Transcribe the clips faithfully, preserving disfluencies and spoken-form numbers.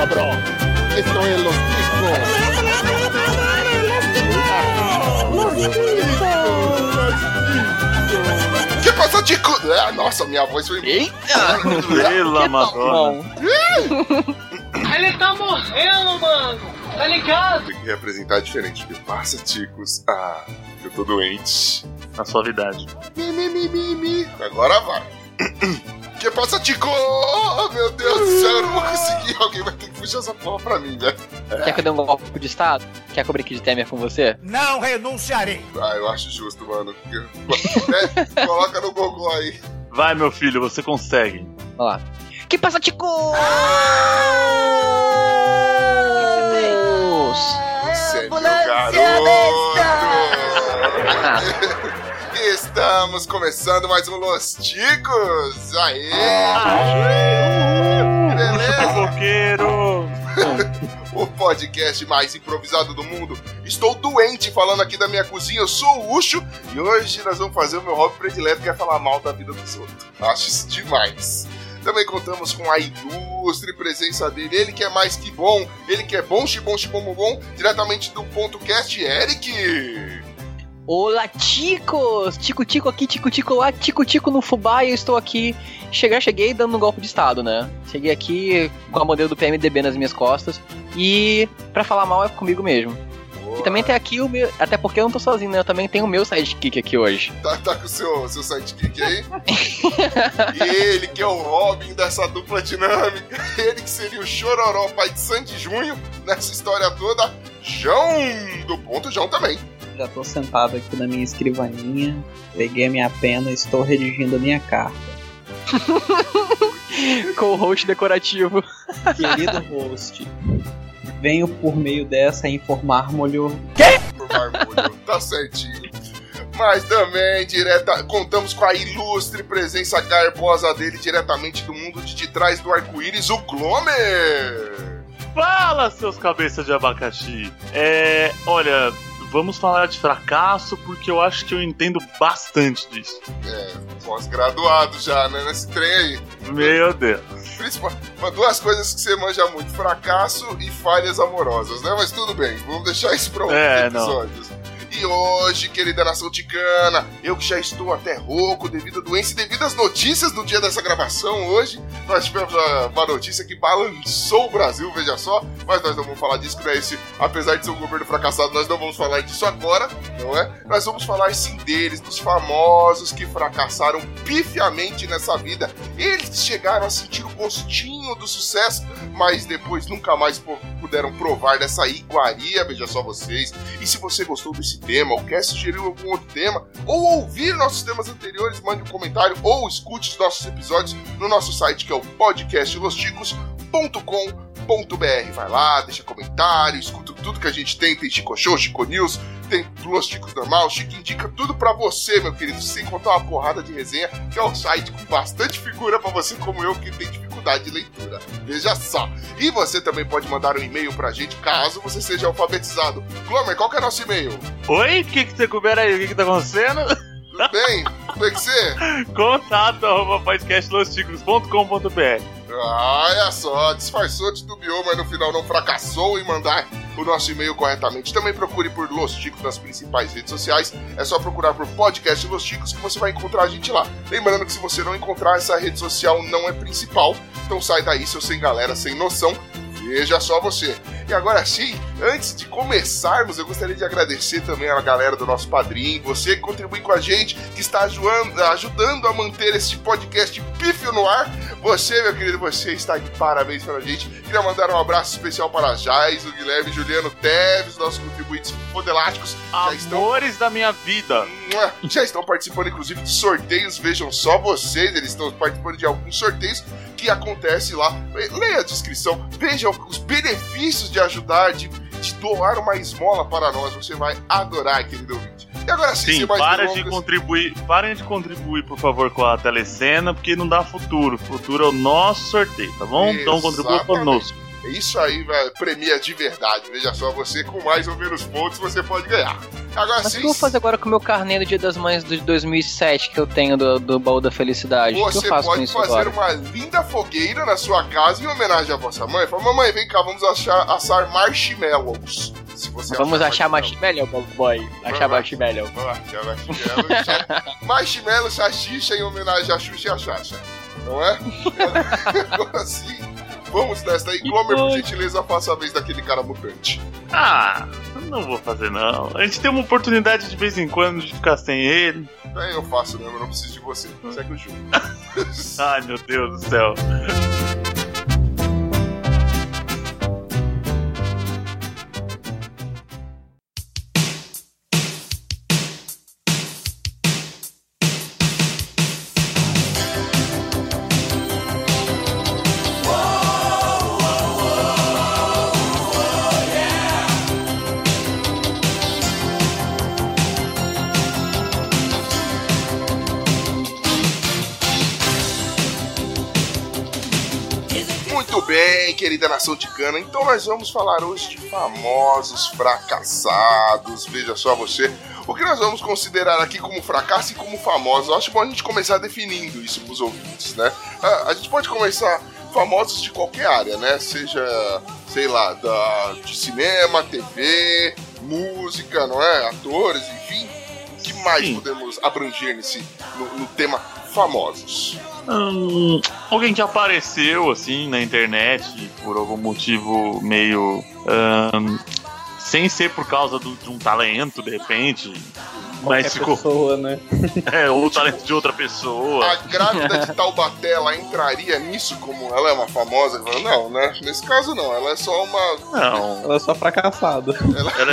cabrón. Esto es Los Ticos. Que passa, Tico? Ah, nossa, minha voz foi... Eita! Pela Madonna. Ele tá morrendo, mano. Tá ligado? Tem que representar diferente. Que passa, Ticos? Ah, eu tô doente. Na suavidade. Mi, mi, mi, mi, mi. Agora vai. Que passa, Tico? Oh, meu Deus do céu, eu não vou conseguir. Alguém vai ter que puxar essa porra pra mim, né? Quer que eu dê um golpe de estado? Quer que eu brinque de Temer com você? Não renunciarei. Ah, eu acho justo, mano. É, coloca no Google aí. Vai, meu filho, você consegue. Olha lá. Que passa, Tico? Você é meu garoto. Estamos começando mais um Los Ticos. Aê! Beleza? Fofoqueiro! O podcast mais improvisado do mundo. Estou doente falando aqui da minha cozinha, eu sou o Ucho e hoje nós vamos fazer o meu hobby predileto, que é falar mal da vida dos outros. Acho isso demais. Também contamos com a ilustre presença dele, ele que é mais que bom, ele que é bom, xibom, xibom, bom, diretamente do Ponto Cast, Eric. Olá, ticos! Tico-tico aqui, tico-tico lá, tico-tico no fubá e eu estou aqui. Chegar, cheguei dando um golpe de estado, né? Cheguei aqui com a modelo do P M D B nas minhas costas e pra falar mal é comigo mesmo. Boa. E também tem aqui o meu... Até porque eu não tô sozinho, né? Eu também tenho o meu sidekick aqui hoje. Tá, tá com o seu, seu sidekick aí? E ele que é o Robin dessa dupla dinâmica. Ele que seria o Chororó, pai de Sandy Junho, nessa história toda. João, do Ponto João também. Já tô sentado aqui na minha escrivaninha, peguei a minha pena e estou redigindo a minha carta. Com o host decorativo. Querido host, venho por meio dessa informar-molho... Quê? Informar-molho, tá certinho. Mas também direta, contamos com a ilustre presença garbosa dele diretamente do mundo de, de trás do arco-íris, o Glomer. Fala, seus cabeças de abacaxi. É, olha... Vamos falar de fracasso, porque eu acho que eu entendo bastante disso. É, pós-graduado já, né? Nesse trem aí. Meu Deus. Principalmente, duas coisas que você manja muito: fracasso e falhas amorosas, né? Mas tudo bem, vamos deixar isso para outros é, episódios. Não. E hoje, querida nação ticana, eu que já estou até rouco devido à doença e devido às notícias do dia dessa gravação, hoje nós tivemos uma notícia que balançou o Brasil, veja só, mas nós não vamos falar disso, né? Esse, apesar de ser um governo fracassado, nós não vamos falar disso agora, não é? Nós vamos falar sim deles, dos famosos que fracassaram pifiamente nessa vida. Eles que chegaram a sentir o gostinho do sucesso, mas depois nunca mais puderam provar dessa iguaria, veja só vocês. E se você gostou desse tema, ou quer sugerir algum outro tema, ou ouvir nossos temas anteriores, mande um comentário, ou escute os nossos episódios no nosso site, que é o podcast los ticos ponto com ponto b r. Vai lá, deixa comentário, escuta tudo que a gente tem, tem Chico Show, Chico News, tem Los Ticos Normal, Chico Indica, tudo pra você, meu querido, sem contar uma porrada de resenha, que é um site com bastante figura pra você como eu, que tem dificuldade de leitura. Veja só. E você também pode mandar um e-mail pra gente, caso você seja alfabetizado. Glomer, qual que é nosso e-mail? Oi, o que que você comer aí? O que que tá acontecendo? Tudo bem? Como é que você? Contato arroba podcast los ticos ponto com ponto b r. Olha só, disfarçou, titubeou, mas no final não fracassou em mandar o nosso e-mail corretamente. Também procure por Los Ticos nas principais redes sociais. É só procurar por podcast Los Ticos que você vai encontrar a gente lá. Lembrando que se você não encontrar, essa rede social não é principal. Então sai daí, seu sem galera, sem noção. Veja só você. E agora sim, antes de começarmos, eu gostaria de agradecer também a galera do nosso padrinho, você que contribui com a gente, que está ajudando, ajudando a manter este podcast pífio no ar. Você, meu querido, você está de parabéns para a gente. Queria mandar um abraço especial para a Jais, o Guilherme, Juliano Teves, nossos contribuintes fodelásticos. Amores estão... da minha vida. Já estão participando, inclusive, de sorteios. Vejam só vocês, eles estão participando de alguns sorteios que acontece lá. Leia a descrição, veja os benefícios de ajudar, de, de doar uma esmola para nós. Você vai adorar, querido ouvinte. E agora sim, sim mais para de contribuir, parem de contribuir, por favor, com a telecena, porque não dá futuro. Futuro é o nosso sorteio, tá bom? Exatamente. Então contribua conosco. Isso aí vai, premia de verdade. Veja só, você com mais ou menos pontos você pode ganhar. Agora, Mas o sim, que eu vou fazer agora com o meu carnê do Dia das Mães de dois mil e sete que eu tenho do, do baú da felicidade? O que eu você faço com pode isso fazer agora? uma linda fogueira na sua casa em homenagem à vossa mãe. Fala, mamãe, vem cá, vamos achar, assar marshmallows. Se você Vamos achar marshmallow. marshmallow, boy. Achar marshmallow. Vamos achar marshmallow. cha- marshmallow, chachicha em homenagem à Xuxa e à Xaxa. Não é? Agora sim. Vamos nesta aí. Glomer, por gentileza, faça a vez daquele cara mutante. Ah, não vou fazer não. A gente tem uma oportunidade de vez em quando de ficar sem ele. É, eu faço mesmo, eu não preciso de você. Segue o jogo. Ai, meu Deus do céu. Muito bem, querida nação ticana. Então nós vamos falar hoje de famosos fracassados. Veja só você. O que nós vamos considerar aqui como fracasso e como famosos? Eu acho bom a gente começar definindo isso para os ouvintes, né? A, a gente pode começar famosos de qualquer área, né? Seja, sei lá, da, de cinema, T V, música, não é? Atores, enfim. O que mais Sim. podemos abranger nesse, no, no tema famosos? Hum, alguém que apareceu assim na internet por algum motivo meio hum, sem ser por causa do, de um talento de repente, mas ficou pessoa, né? é, ou o talento de outra pessoa. A grávida de Taubaté, ela entraria nisso como ela é uma famosa? Não, né? Nesse caso não, ela é só uma... Não, Ela é só fracassada. ela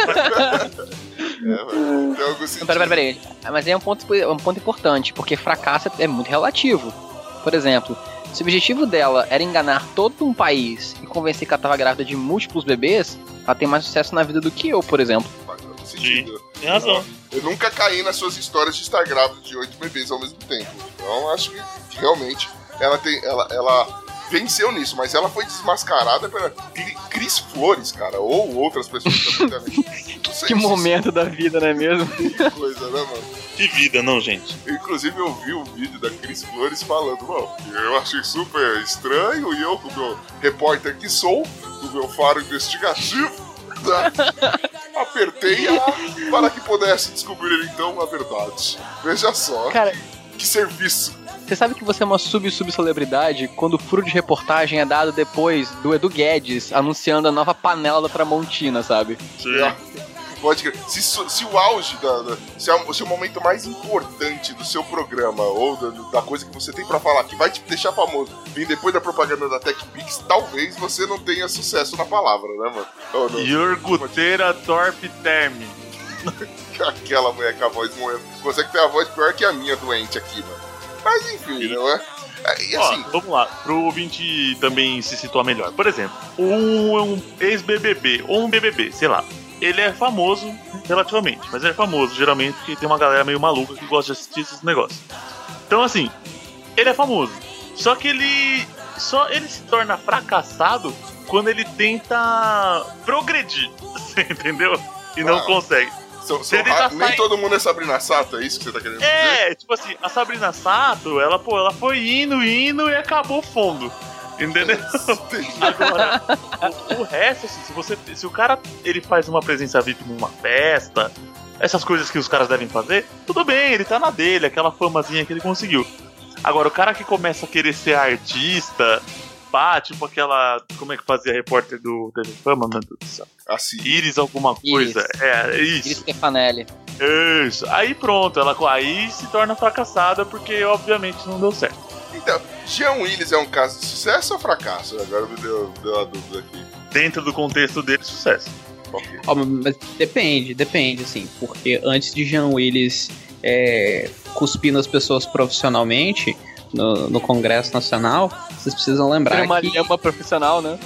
é É, tem algum sentido. Peraí, peraí, peraí. Mas é um ponto, um ponto importante, porque fracasso é muito relativo. Por exemplo, se o objetivo dela era enganar todo um país e convencer que ela estava grávida de múltiplos bebês, ela tem mais sucesso na vida do que eu, por exemplo. Faz algum sentido. tem razão. Eu nunca caí nas suas histórias de estar grávida de oito bebês ao mesmo tempo. Então acho que realmente ela tem. Ela, ela venceu nisso, mas ela foi desmascarada pela Cris Flores, cara, ou outras pessoas também. Não sei Que se momento da vida, não é mesmo? isso é coisa, né, mano? Que vida, não, gente. Eu, inclusive, eu vi o vídeo da Cris Flores falando, bom, eu achei super estranho e eu, como meu repórter que sou, do meu faro investigativo, né, apertei a para que pudesse descobrir então a verdade. Veja só, Cara, que, que serviço. você sabe que você é uma sub-sub-celebridade quando o furo de reportagem é dado depois do Edu Guedes anunciando a nova panela da Tramontina, sabe? É, pode crer. Se, se o auge, da, da, se, é o, se é o momento mais importante do seu programa ou da, da coisa que você tem pra falar, que vai te deixar famoso, vem depois da propaganda da TechPix, talvez você não tenha sucesso na palavra, né, mano? Ou não. Iorguteira Torpe Terme. Aquela mulher com a voz moendo. Consegue ter a voz pior que a minha doente aqui, mano. Mas enfim, não é? É, e assim, Ó, vamos lá, pro ouvinte também se situar melhor. Por exemplo, um, um ex-B B B ou um B B B, sei lá. Ele é famoso relativamente, mas ele é famoso geralmente porque tem uma galera meio maluca que gosta de assistir esses negócios. Então assim, ele é famoso. Só que ele só ele se torna fracassado quando ele tenta progredir, você entendeu? E não Ah. consegue. são, são Ele ra- tá nem saindo- todo mundo é Sabrina Sato, é isso que você tá querendo dizer? É, tipo assim, a Sabrina Sato, ela, pô, ela foi indo, indo e acabou fundo. Entendeu? Agora, o, o resto, assim, se você. Se o cara ele faz uma presença V I P numa festa, essas coisas que os caras devem fazer, tudo bem, ele tá na dele, aquela famazinha que ele conseguiu. Agora, o cara que começa a querer ser artista, pá, tipo aquela. Como é que fazia a repórter do T V Fama, meu Deus do céu? Assim. Iris alguma coisa. Iris. É, Iris isso. Stefanelli. Isso. Aí pronto, ela aí se torna fracassada porque obviamente não deu certo. Então, Jean Willis é um caso de sucesso ou fracasso? Agora me deu, deu uma dúvida aqui. Dentro do contexto dele, sucesso. Ok. Ó, mas depende, depende, assim, porque antes de Jean Willis é, cuspir nas pessoas profissionalmente no, no Congresso Nacional, vocês precisam lembrar Era uma que lhama profissional, né?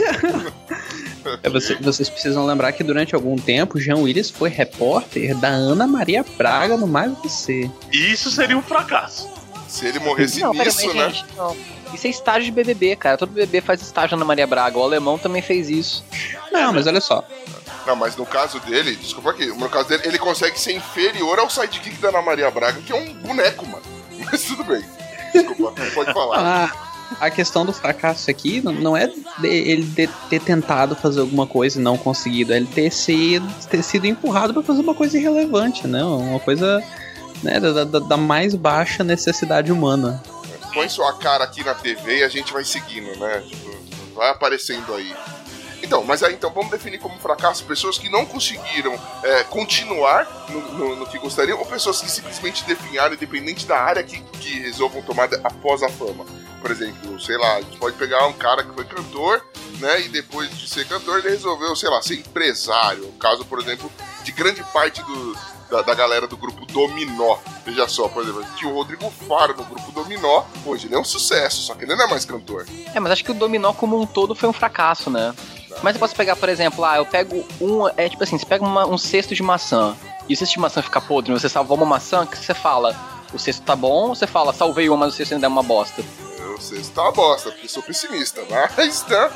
é, você- vocês precisam lembrar que durante algum tempo Jean Willis foi repórter da Ana Maria Braga no Mais Você. Isso seria um fracasso. Se ele morresse Não, pera, nisso, mas, né? gente, não. Isso é estágio de B B B, cara. Todo B B B faz estágio na Maria Braga. O alemão também fez isso. Não, mas olha só. Não, mas no caso dele, desculpa aqui, no caso dele, ele consegue ser inferior ao sidekick da Ana Maria Braga, que é um boneco, mano. Mas tudo bem. Desculpa, pode falar. Ah, a questão do fracasso aqui não, não é de ele de, ter tentado fazer alguma coisa e não conseguido, é ele ter sido, ter sido empurrado pra fazer uma coisa irrelevante, né? Uma coisa, né, da, da, da mais baixa necessidade humana. Põe sua cara aqui na T V e a gente vai seguindo, né? Tipo, vai aparecendo aí. Então, mas aí então vamos definir como fracasso pessoas que não conseguiram é, continuar no, no, no que gostariam, ou pessoas que simplesmente definharam, independente da área que, que resolvam tomar após a fama. Por exemplo, sei lá, a gente pode pegar um cara que foi cantor, né, e depois de ser cantor ele resolveu, sei lá, ser empresário. O caso, por exemplo, de grande parte do, da, da galera do grupo Dominó. Veja só, por exemplo, tinha o Rodrigo Faro no grupo Dominó, hoje ele é um sucesso, só que ele não é mais cantor. É, mas acho que o Dominó como um todo foi um fracasso, né? Mas eu posso pegar, por exemplo, ah, eu pego um, é tipo assim, você pega uma, um cesto de maçã, e o cesto de maçã fica podre, você salvou uma maçã, o que você fala? O cesto tá bom, ou você fala, salvei uma, mas o cesto ainda é uma bosta? O cesto tá uma bosta, porque eu sou pessimista, mas tá...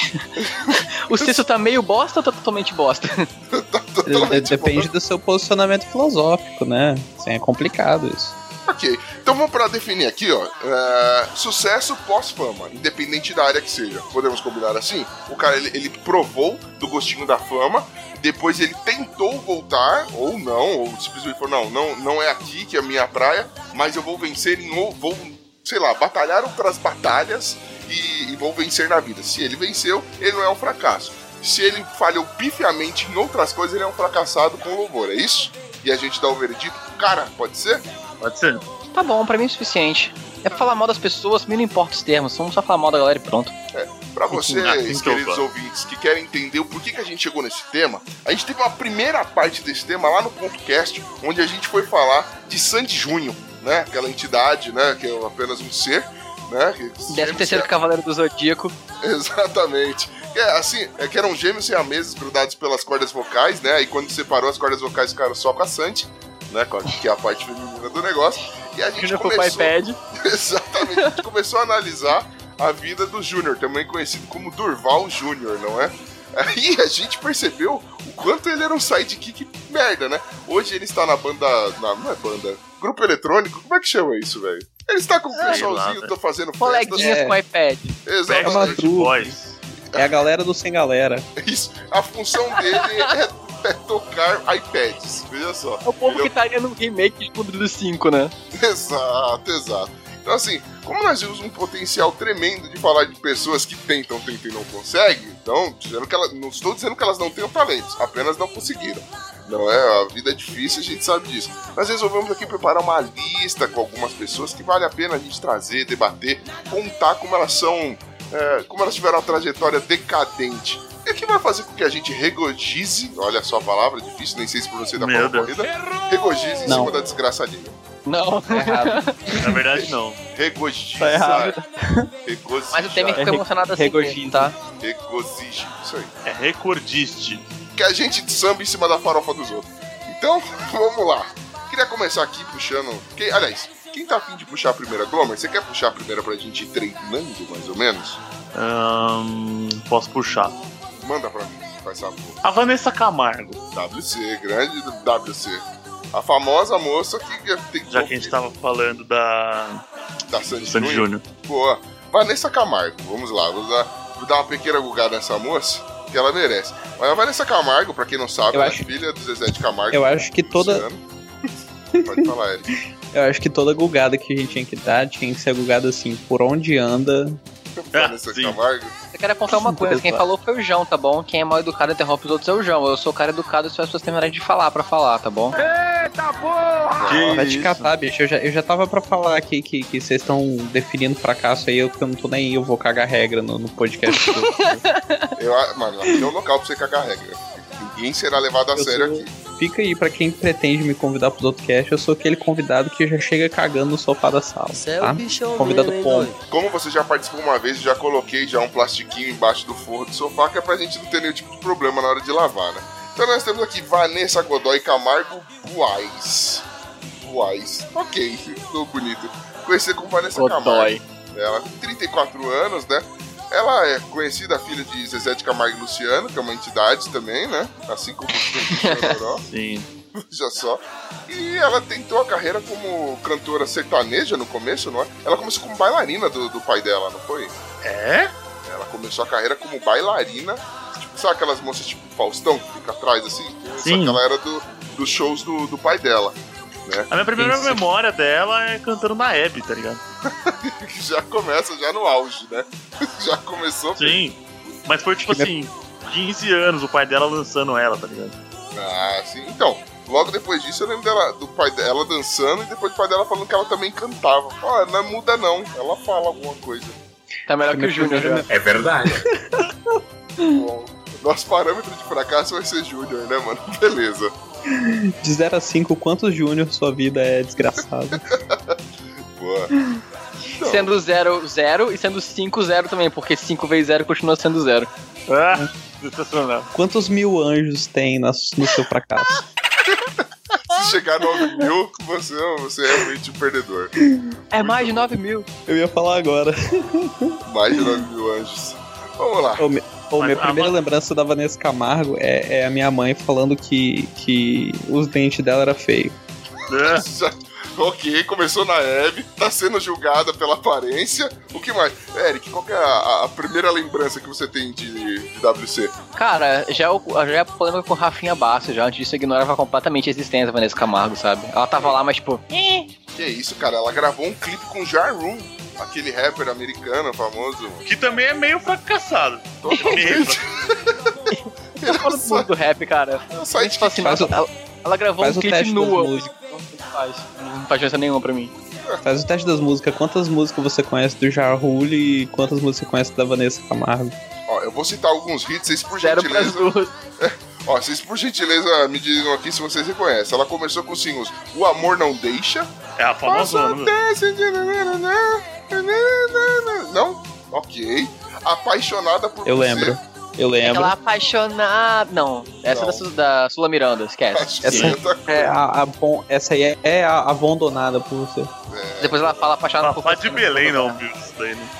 O cesto tá meio bosta ou tá totalmente bosta? Tá totalmente Depende bosta. do seu posicionamento filosófico, né? Assim, é complicado isso. Ok, então vamos para definir aqui, ó, é, sucesso pós-fama, independente da área que seja. Podemos combinar assim? O cara, ele, ele provou do gostinho da fama, depois ele tentou voltar, ou não, ou simplesmente falou, não, não, não é aqui que é a minha praia, mas eu vou vencer em, ou vou, sei lá, batalhar outras batalhas e, e vou vencer na vida. Se ele venceu, ele não é um fracasso. Se ele falhou pifiamente em outras coisas, ele é um fracassado com louvor, é isso? E a gente dá o veredito, cara, pode ser? Pode ser. Tá bom, pra mim é o suficiente. É pra falar mal das pessoas, me não importa os termos, vamos só falar mal da galera e pronto. É, pra vocês, Ah, então, queridos tá. ouvintes, que querem entender o porquê que a gente chegou nesse tema, a gente teve uma primeira parte desse tema lá no PontoCast, onde a gente foi falar de Sandy Júnior, né? Aquela entidade, né? Que é apenas um ser, né? Décimo terceiro Cavaleiro do Zodíaco. Exatamente. É, assim, é que eram gêmeos siameses grudados pelas cordas vocais, né? E quando separou, as cordas vocais ficaram só com a Sandy, né? Que é a parte feminina do negócio. E a gente Júnior pro começou... pai pede. Exatamente. A gente começou a analisar a vida do Júnior, também conhecido como Durval Júnior, não é? Aí a gente percebeu o quanto ele era um sidekick merda, né? Hoje ele está na banda... Na, não é banda... Grupo eletrônico? Como é que chama isso, velho? Ele está com o Sei pessoalzinho, lá, tô fazendo festas. Coleguinhas É. com iPad. Exatamente. Backstreet truque. Boys. É a galera do sem galera. Isso. A função dele é, é tocar iPads. Veja só. É o povo Ele que estaria no remake de Tudo do cinco, né? Exato, exato. Então, assim, como nós vimos um potencial tremendo de falar de pessoas que tentam, tentam e não conseguem, então, dizendo que ela, não estou dizendo que elas não tenham talentos, apenas não conseguiram. Não é? A vida é difícil, a gente sabe disso. Nós resolvemos aqui preparar uma lista com algumas pessoas que vale a pena a gente trazer, debater, contar como elas são, é, como elas tiveram uma trajetória decadente. E que vai fazer com que a gente regozije, olha só a palavra, difícil, nem sei se pronunciei da Meu palavra Deus. corrida, regozije em Não. cima da desgraça alheia. Não. Tá errado. Na verdade, não. Regozije. Tá errado. Regozije. Mas o Temer ficou É emocionado assim, regogise. tá? Regozije. Isso aí. É recordiste. Que a gente samba em cima da farofa dos outros. Então, vamos lá. Queria começar aqui puxando... Quem, aliás, quem tá afim de puxar a primeira, Glomer? Você quer puxar a primeira pra gente ir treinando, mais ou menos? Ahn, posso puxar. Manda pra mim, faz favor. A Vanessa Camargo. W C, grande W C. A famosa moça que tem Já que a gente tava falando da da Sandy, Sandy Júnior. Júnior. Boa. Vanessa Camargo, vamos lá. Vou dar, vou dar uma pequena gulgada nessa moça, que ela merece. Mas a Vanessa Camargo, pra quem não sabe, Eu ela acho- é filha do Zezé de Camargo. Eu acho que toda, Luciano. Pode falar, Eric. eu acho que toda gulgada que a gente tinha que dar tinha que ser gulgada assim, por onde anda. Vanessa sim. Camargo. Eu quero apontar uma coisa, quem Exato. falou foi o João, tá bom? Quem é mal educado interrompe os outros é o João. Eu sou o cara educado e só as pessoas terminarem de falar pra falar, tá bom? Que Vai te isso? catar, bicho. Eu já, eu já tava pra falar aqui que que vocês estão definindo fracasso aí, eu, que eu não tô nem aí, eu vou cagar regra no, no podcast. Eu, a- mano, aqui é um local pra você cagar regra. Ninguém será levado a Eu sério sou- aqui. Fica aí pra quem pretende me convidar pros outros casts, eu sou aquele convidado que já chega cagando no sofá da sala, tá? Convidado pombo. Como você já participou uma vez, eu já coloquei já um plastiquinho embaixo do forro do sofá, que é pra gente não ter nenhum tipo de problema na hora de lavar, né? Então nós temos aqui Vanessa Godoy Camargo Buais. Wise. Ok, ficou bonito. Conhecida como Vanessa Godoy. Camargo. Ela tem trinta e quatro anos, né? Ela é conhecida filha de Zezé de Camargo e Luciano, que é uma entidade também, né? Assim como o Chororó. Sim. Já só. E ela tentou a carreira como cantora sertaneja no começo, não é? Ela começou como bailarina do, do pai dela, não foi? É? Ela começou a carreira como bailarina. Tipo, sabe aquelas moças tipo Faustão, que fica atrás assim? Sim. Só que ela era do, dos shows do, do pai dela. Né? A minha primeira Sim, sim. memória dela é cantando na Hebe, tá ligado? Que já começa já no auge, né? Já começou. Sim. Mas foi tipo assim, quinze anos o pai dela lançando ela, tá ligado? Ah, sim. Então, logo depois disso eu lembro dela, do pai dela dançando e depois do pai dela falando que ela também cantava. Ó, não muda não, ela fala alguma coisa. Tá melhor que o Júnior já. É verdade. Bom, nosso parâmetro de fracasso vai ser Júnior, né, mano? Beleza. De zero a cinco, quantos Júnior sua vida é desgraçada? Boa. Então, Sendo zero, zero e sendo cinco, zero também, porque cinco vezes zero continua sendo zero. Ah, sensacional. Quantos mil anjos tem na- no seu fracasso? se chegar a nove mil, você, você é realmente um perdedor. É mais de nove mil. Eu ia falar agora. Mais de nove mil anjos. Vamos lá. Ô, me- ô, Mas minha a primeira ma- lembrança da Vanessa Camargo é, é a minha mãe falando que, que os dentes dela eram feios. É. Já- ok, começou na Hebe, tá sendo julgada pela aparência. O que mais? Eric, qual que é a, a primeira lembrança que você tem de, de W C? Cara, já é, o, já é polêmica com Rafinha Bastos, já. Antes disso, eu ignorava completamente a existência da Vanessa Camargo, sabe? Ela tava lá, mas tipo... "Eh". Que isso, cara? Ela gravou um clipe com Ja Rule, aquele rapper americano famoso. Que também é meio fracassado. Totalmente. Eu falo do mundo do rap, cara. É um A site gente fala assim, faz nossa, ela, ela gravou faz um o clipe teste das nua. músicas. Não faz, não faz diferença nenhuma pra mim. Faz o teste das músicas. Quantas músicas você conhece do Ja Rule e quantas músicas você conhece da Vanessa Camargo? Ó, eu vou citar alguns hits, vocês por Zero pras gentileza. duas. Ó, vocês por gentileza me digam aqui se vocês reconhecem. Ela começou com os singles O Amor Não Deixa. É a famosa. né? Não? Ok. Apaixonada por Eu você. lembro. Eu lembro. Aquela apaixonada. Não, essa Não. é da, Su- da Sula Miranda, esquece. Acho que Essa- é outra coisa. É a, a bom, essa aí é, é a abandonada por você. Depois ela fala apaixonada por Papá você. de Belém não viu isso daí, né?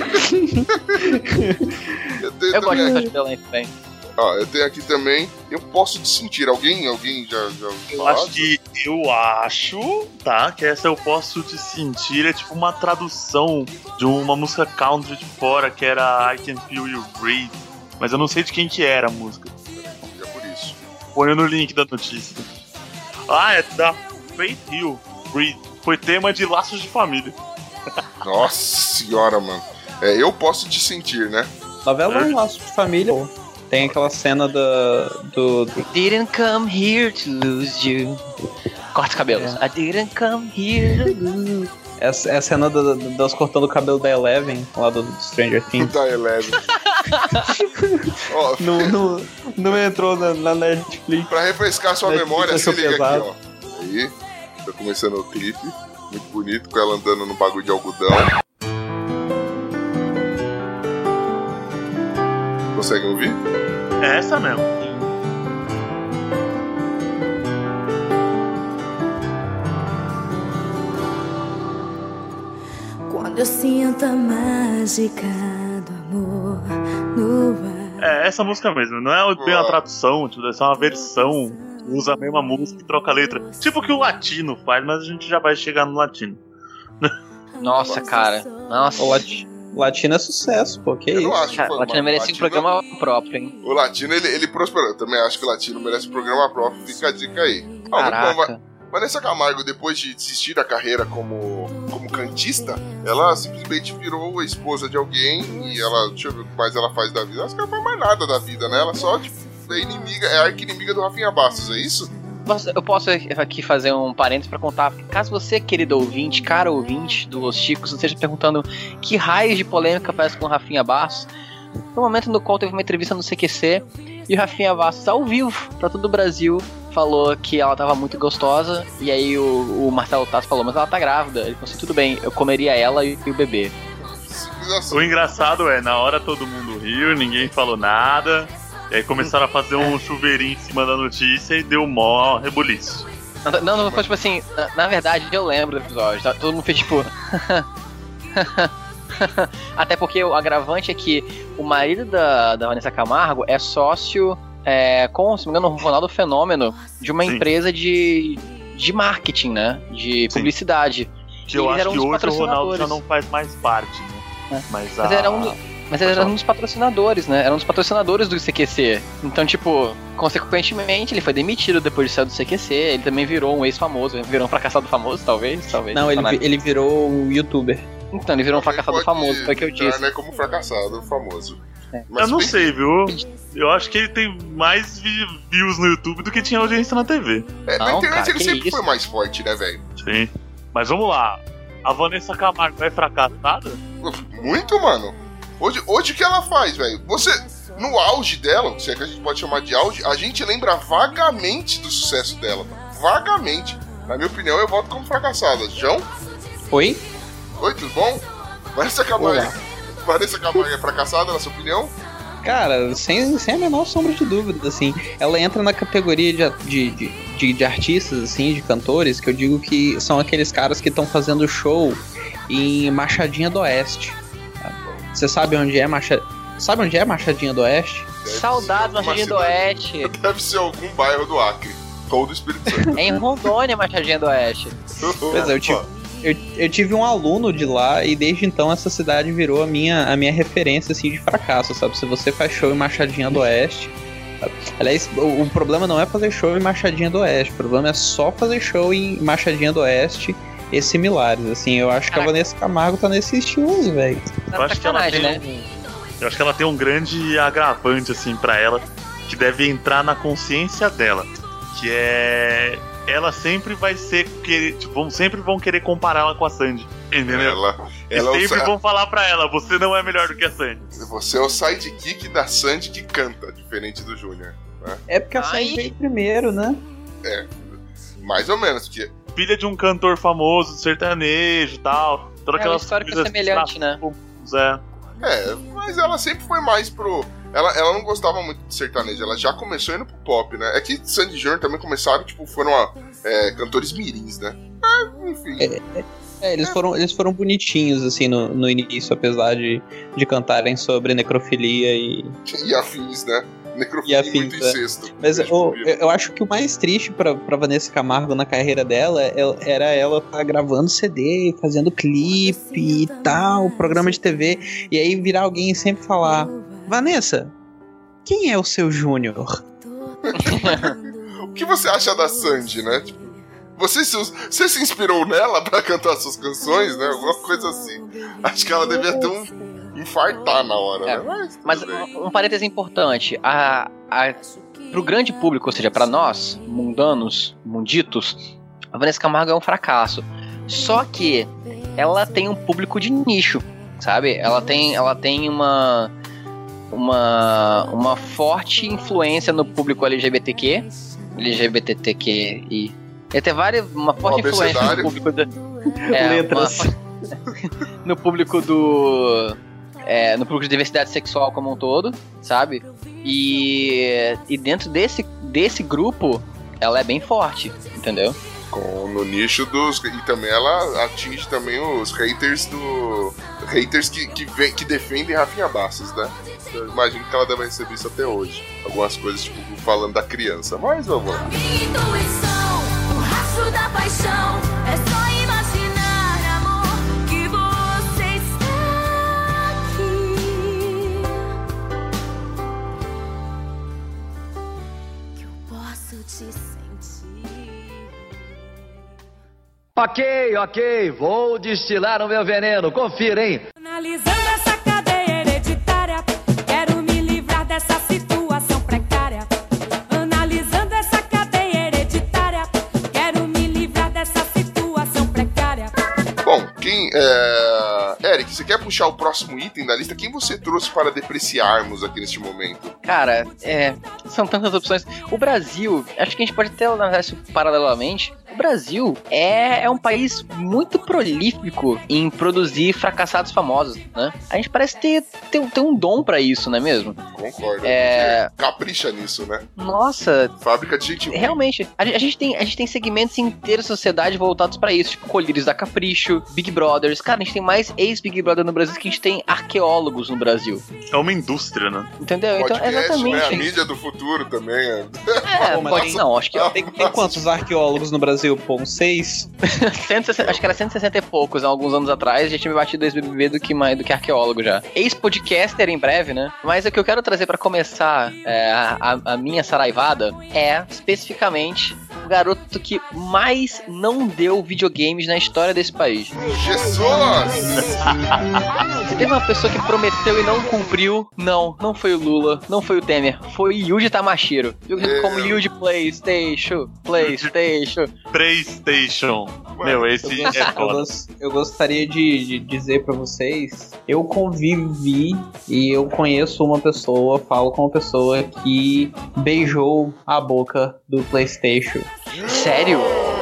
Eu tenho Eu gosto também de aqui, de Belém também. ó, eu tenho aqui também. Eu posso te sentir. Alguém, alguém já, já ouviu Eu falar? acho que. Eu acho, tá? Que essa eu posso te sentir é tipo uma tradução de uma música country de fora que era I Can Feel You Breathe. Mas eu não sei de quem que era a música. É por isso. Põe no link da notícia. Ah, é da Faith Hill. Breathe. Foi tema de Laços de Família. Nossa senhora, mano. É, eu posso te sentir, né? Novela é um laço de família. Pô. Tem aquela cena da, do, do- Didn't come here to lose you. Corta os cabelos. I didn't come here to lose. É a, é a cena da- da- das cortando o cabelo da Eleven, lá do, do Stranger Things. Da Eleven. Ó, não, não, não entrou na, na Netflix. pra refrescar sua Netflix memória, se achou liga pesado. aqui, ó. Aí, tá começando o clipe. Muito bonito, com ela andando no bagulho de algodão. Conseguem ouvir? É essa mesmo. Quando eu sinto a mágica do amor no ar. É essa música mesmo. Não é bem uma Boa. tradução, tipo, é só uma versão. Usa a mesma música e troca a letra. Tipo o que o latino faz, mas a gente já vai chegar no latino. Nossa, cara. Nossa. O lati, latino é sucesso, pô, que Eu isso? não acho. Cara, pô, o Latino mano, merecia um programa próprio, hein? O Latino, ele, ele prosperou. Eu também acho que o Latino merece um programa próprio. Fica a dica aí. Ah, muito bom. Va- Caraca. Vanessa Camargo, depois de desistir da carreira como, como cantista, ela simplesmente virou a esposa de alguém e ela, deixa eu ver o que mais ela faz da vida. Acho que ela não faz mais nada da vida, né? Ela só, tipo, é inimiga, é a arqui-inimiga do Rafinha Bastos, é isso? Posso- Eu posso aqui fazer um parênteses pra contar, porque caso você, querido ouvinte, cara ouvinte do Los Chicos, não esteja perguntando que raio de polêmica faz com o Rafinha Bastos, no momento no qual teve uma entrevista no C Q C e o Rafinha Bastos, ao vivo, pra todo o Brasil, falou que ela tava muito gostosa, e aí o, o Marcelo Tasso falou, mas ela tá grávida. Ele falou assim, tudo bem, eu comeria ela e, e o bebê. Simples assim. O engraçado é, na hora todo mundo riu, ninguém falou nada. E aí começaram a fazer um chuveirinho em cima da notícia e deu mó rebuliço. Não, não, foi tipo assim, na, na verdade eu lembro do episódio, tá? Todo mundo fez tipo... Até porque o agravante é que o marido da, da Vanessa Camargo é sócio é, com, se não me engano, o Ronaldo Fenômeno de uma Sim. empresa de, de marketing, né? De Sim. publicidade. Que eu acho que hoje o Ronaldo já não faz mais parte, né? É. Mas, Mas a... era um... Mas ele era um dos patrocinadores, né? Era um dos patrocinadores do C Q C. Então, tipo, consequentemente, ele foi demitido depois de sair do C Q C. Ele também virou um ex-famoso. Virou um fracassado famoso, talvez? talvez Não, ele, ele virou um youtuber. Então, ele virou um fracassado famoso, foi o que eu disse. Né, como fracassado famoso. É. Mas eu não bem... sei, viu? Eu acho que ele tem mais views no YouTube do que tinha audiência na T V. É, não, na internet cara, ele sempre isso? foi mais forte, né, velho? Sim. Mas vamos lá. A Vanessa Camargo é fracassada? Muito, mano. Hoje, hoje o que ela faz, velho? Você, no auge dela, se é que a gente pode chamar de auge, a gente lembra vagamente do sucesso dela. Vagamente. Na minha opinião, eu voto como fracassada. João? Oi? Oi, tudo bom? Vanessa Camargo. Vanessa Camargo é fracassada, na sua opinião? Cara, sem, sem a menor sombra de dúvida, assim. Ela entra na categoria de, de, de, de, de artistas, assim, de cantores, que eu digo que são aqueles caras que estão fazendo show em Machadinha do Oeste. Você sabe onde é Machadinha? Sabe onde é Machadinha do Oeste? Saudades Machadinha do Oeste. Deve ser algum bairro do Acre. Ou do Espírito Santo. É em Rondônia, Machadinha do Oeste. Pois é, eu tive, eu, eu tive um aluno de lá e desde então essa cidade virou a minha, a minha referência, assim, de fracasso, sabe? Se você faz show em Machadinha do Oeste... Sabe? Aliás, o, o problema não é fazer show em Machadinha do Oeste, o problema é só fazer show em Machadinha do Oeste e similares, assim. Eu acho que a Vanessa Camargo tá nesse estilo aí, velho. Eu acho que ela tem né? um, eu acho que ela tem um grande agravante, assim, pra ela, que deve entrar na consciência dela, que é... Ela sempre vai ser... Querer, tipo, vão, sempre vão querer comparar ela com a Sandy, entendeu? Ela, e ela sempre é o, vão falar pra ela, você não é melhor do que a Sandy. Você é o sidekick da Sandy que canta, diferente do Júnior. Né? É porque a Sandy veio primeiro, né? É, mais ou menos, porque... Filha de um cantor famoso, sertanejo e tal. Toda é, aquela história semelhante, né? É. é, mas ela sempre foi mais pro... Ela, ela não gostava muito de sertanejo, ela já começou indo pro pop, né? É que Sandy e Júnior também começaram, tipo, foram é, cantores mirins, né? É, enfim... É, é, é, eles, foram, eles foram bonitinhos, assim, no, no início, apesar de, de cantarem sobre necrofilia e... E afins, né? Necrofilia e muito incesto. Mas eu, eu acho que o mais triste pra, pra Vanessa Camargo na carreira dela é, era ela estar tá gravando C D, fazendo clipe e tal, programa de T V, e aí virar alguém e sempre falar: Vanessa, quem é o seu Júnior? O que você acha da Sandy, né? Tipo, você, se, você se inspirou nela pra cantar suas canções, né? Alguma coisa assim. Acho que ela devia ter um... infartar na hora, é, né? Mas, mas um, um parêntese importante, a, a, pro grande público, ou seja, pra nós, mundanos, munditos, a Vanessa Camargo é um fracasso. Só que ela tem um público de nicho, sabe? Ela tem, ela tem uma, uma, uma forte influência no público L G B T Q, L G B T Q I. Ele tem várias, uma forte um influência no público do, é, Letras. Uma, no público do... É, no público de diversidade sexual como um todo, sabe? E, e dentro desse, desse grupo, ela é bem forte, entendeu? Com, no nicho dos... E também ela atinge também os haters do... Haters que, que, vem, que defendem Rafinha Bastos, né? Eu imagino que ela deve receber isso até hoje. Algumas coisas, tipo, falando da criança. Mas vamos lá. O rastro da paixão é só imaginar, amor, que você está aqui. Que eu posso te sentir. Ok, ok, vou destilar o meu veneno, confira, hein? Analisando essa cadeia hereditária, quero me livrar dessa situação precária. Analisando essa cadeia hereditária, quero me livrar dessa situação precária. Bom, quem... É... Eric, você quer puxar o próximo item da lista? Quem você trouxe para depreciarmos aqui neste momento? Cara, é, são tantas opções. O Brasil, acho que a gente pode até analisar isso paralelamente. O Brasil é, é um país muito prolífico em produzir fracassados famosos, né? A gente parece ter, ter, ter um dom pra isso, não é mesmo? Concordo. É... Capricha nisso, né? Nossa. Fábrica de gente ruim. Realmente. A, a, gente tem, a gente tem segmentos inteiros da sociedade voltados pra isso, tipo Colírios da Capricho, Big Brothers. Cara, a gente tem mais ex-Big Brother no Brasil que a gente tem arqueólogos no Brasil. É uma indústria, né? Entendeu? Podcast, então, exatamente. Né? A mídia do futuro também. É, é pode, não, acho que... Tem, tem quantos arqueólogos no Brasil? Pô, uns seis? cento e sessenta, acho que era cento e sessenta e poucos, há alguns anos atrás. Já tinha me batido ex-B B B do que, mais, do que arqueólogo já. Ex-podcaster em breve, né? Mas o que eu quero trazer pra começar é, a, a minha saraivada é, especificamente, o garoto que mais não deu videogames na história desse país. Jesus! Se teve uma pessoa que prometeu e não cumpriu, não, não foi o Lula, não foi o Temer, foi o Yuji Tamashiro. É. Como Yuji PlayStation, PlayStation. PlayStation. Mano, Meu, esse Eu, gost- é eu foda. gost- eu gostaria de, de dizer pra vocês, eu convivi e eu conheço uma pessoa, falo com uma pessoa que beijou a boca do PlayStation. Sério?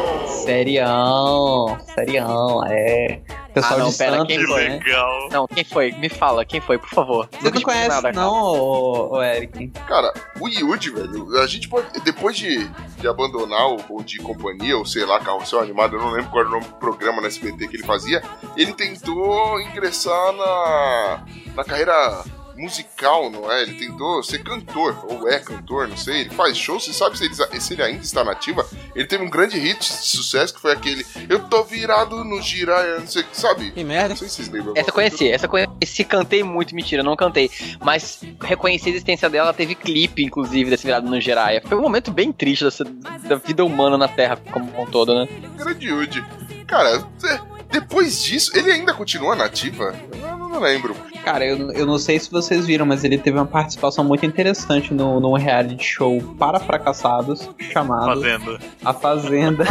Serião, serião, é. Pessoal Ah, não, de pera, Santos, quem foi? né? Legal. Não, quem foi? Me fala, quem foi, por favor. Você não conhece, não, ô, ô Eric? Cara, o Yuji, velho, a gente pode, depois de, de abandonar o ou de companhia, ou sei lá, Carrossel Animado, eu não lembro qual era o nome do programa na S B T que ele fazia, ele tentou ingressar na, na carreira musical, não é? Ele tentou ser cantor, ou é cantor, não sei. Ele faz show, você sabe se ele, se ele ainda está na ativa? Ele teve um grande hit de sucesso que foi aquele Eu tô virado no giraia, não sei, sabe? Que merda. Não sei se vocês lembram. Essa eu conheci, essa eu conheci, cantei muito, mentira, não cantei. Mas reconheci a existência dela, teve clipe, inclusive, desse virado no Jiraiya. Foi um momento bem triste dessa, da vida humana na Terra como um todo, né? Grande Yuji. Cara, depois disso, ele ainda continua na ativa? Eu não, não lembro. Cara, eu, eu não sei se vocês viram, mas ele teve uma participação muito interessante no, no reality show para fracassados, chamado Fazenda. A Fazenda.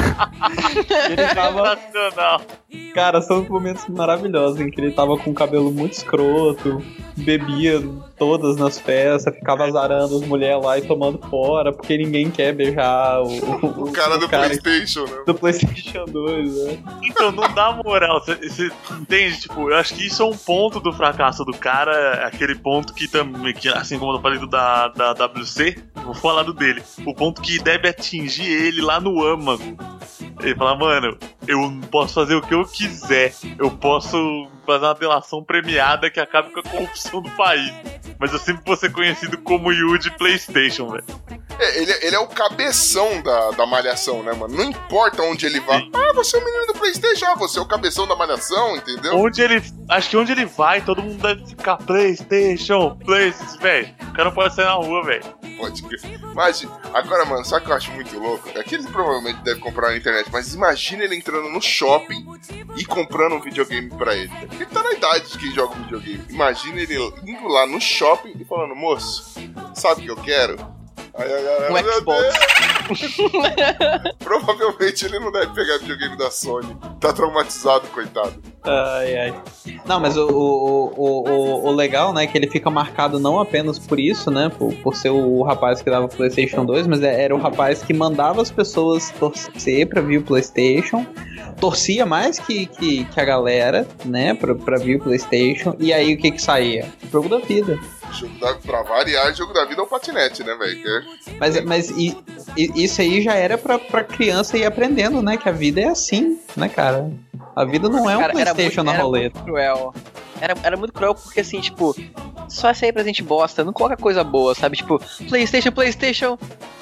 Ele tava... Sensacional. Cara, são momentos maravilhosos em que ele tava com o cabelo muito escroto, bebia todas nas festas, ficava azarando as mulheres lá e tomando fora, porque ninguém quer beijar o, o, O cara o do PlayStation, né? do PlayStation dois, né? Então, não dá moral. Você entende? Tipo, eu acho que isso é um ponto do fracasso do cara. Aquele ponto que também, que, assim como eu falei do da, da W C, vou falar do dele. O ponto que deve atingir ele lá no âmago. Ele fala, mano, eu posso fazer o que eu quiser. Eu posso fazer uma delação premiada que acabe com a corrupção do país. Mas eu sempre vou ser conhecido como Yuji PlayStation, velho. É, ele, ele é o cabeção da, da malhação, né, mano? Não importa onde ele vá. Sim. Ah, você é o menino do PlayStation. Ah, você é o cabeção da malhação, entendeu? Onde ele. Acho que onde ele vai, todo mundo deve ficar PlayStation, PlayStation, velho. O cara não pode sair na rua, velho. Pode crer. Mas, agora, mano, sabe o que eu acho muito louco? É que ele provavelmente deve comprar na internet, mas imagina ele entrando no shopping e comprando um videogame pra ele. Ele tá na idade de quem joga um videogame. Imagina ele indo lá no shopping e falando, moço, sabe o que eu quero? Ai, ai, ai, Um meu Xbox. Deus. Provavelmente ele não deve pegar videogame da Sony. Tá traumatizado, coitado. Ai, ai. Não, mas o, o, o, o, o legal, né, é que ele fica marcado não apenas por isso, né, por, por ser o rapaz que dava PlayStation dois, mas era o rapaz que mandava as pessoas torcer pra vir o PlayStation, torcia mais que, que, que a galera, né, pra, pra vir o PlayStation, e aí o que que saía? Jogo da vida. Jogo da, pra variar, jogo da vida é o patinete, né, velho? É... Mas, mas e, e, isso aí já era pra, pra criança ir aprendendo, né, que a vida é assim, né, cara? A vida não é um Cara, era PlayStation muito- na era roleta. muito cruel. Era, era muito cruel porque, assim, tipo, só sair pra gente bosta, não coloca coisa boa, sabe? Tipo, PlayStation, PlayStation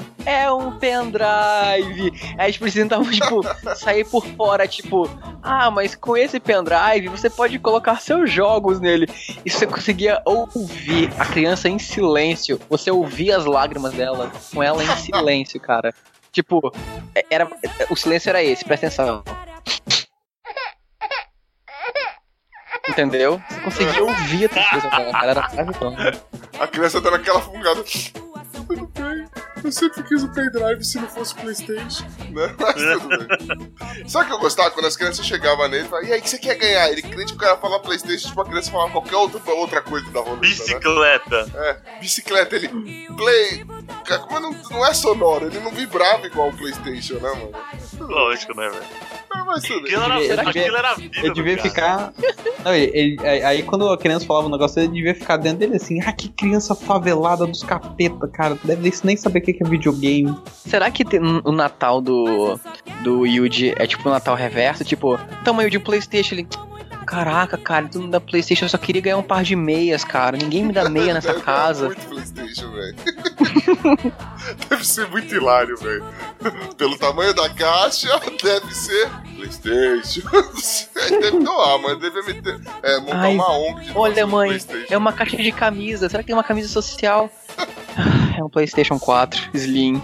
é um pendrive. Aí a gente precisa, então, tipo, sair por fora, tipo, ah, mas com esse pendrive você pode colocar seus jogos nele. E você conseguia ouvir a criança em silêncio. Você ouvia as lágrimas dela com ela em silêncio, cara. Tipo, era, o silêncio era esse, presta atenção. Entendeu? Você conseguia ouvir a tristeza dela, cara. Era quase tão. A criança dando aquela fungada. Tudo bem, eu sempre quis o pendrive se não fosse PlayStation, né? Mas tudo bem. Sabe o que eu gostava? Quando as crianças chegavam nele e falavam, e aí, o que você quer ganhar? Ele crente que o cara falava PlayStation, tipo, a criança falava qualquer outra, outra coisa da roleta, né? Bicicleta. É, bicicleta, ele. Play. Mas não, não é sonoro, ele não vibrava igual o PlayStation, né, mano? Lógico, né, velho? Ah, mas tudo bem. Aquilo era, Ele aquilo devia- era a vida Ele do devia cara. ficar. Não, ele, ele- aí aí quando a criança falava um negócio, ele devia ficar dentro dele assim, ah, que criança favelada dos capeta, cara. Deve nem saber o que que é videogame. Será que tem- o Natal do, do Yuji é tipo o Natal reverso? Tipo, tamanho de um PlayStation. Ele, caraca, cara, todo mundo da PlayStation, eu só queria ganhar um par de meias, cara. Ninguém me dá meia nessa Deve casa. muito PlayStation, velho. Deve ser muito hilário, velho. Pelo tamanho da caixa, deve ser PlayStation. Deve doar, mas deve meter, é, montar Ai, uma O N G de Olha, doação do mãe, PlayStation. é uma caixa de camisa. Será que tem uma camisa social? Ah, É um PlayStation quatro Slim.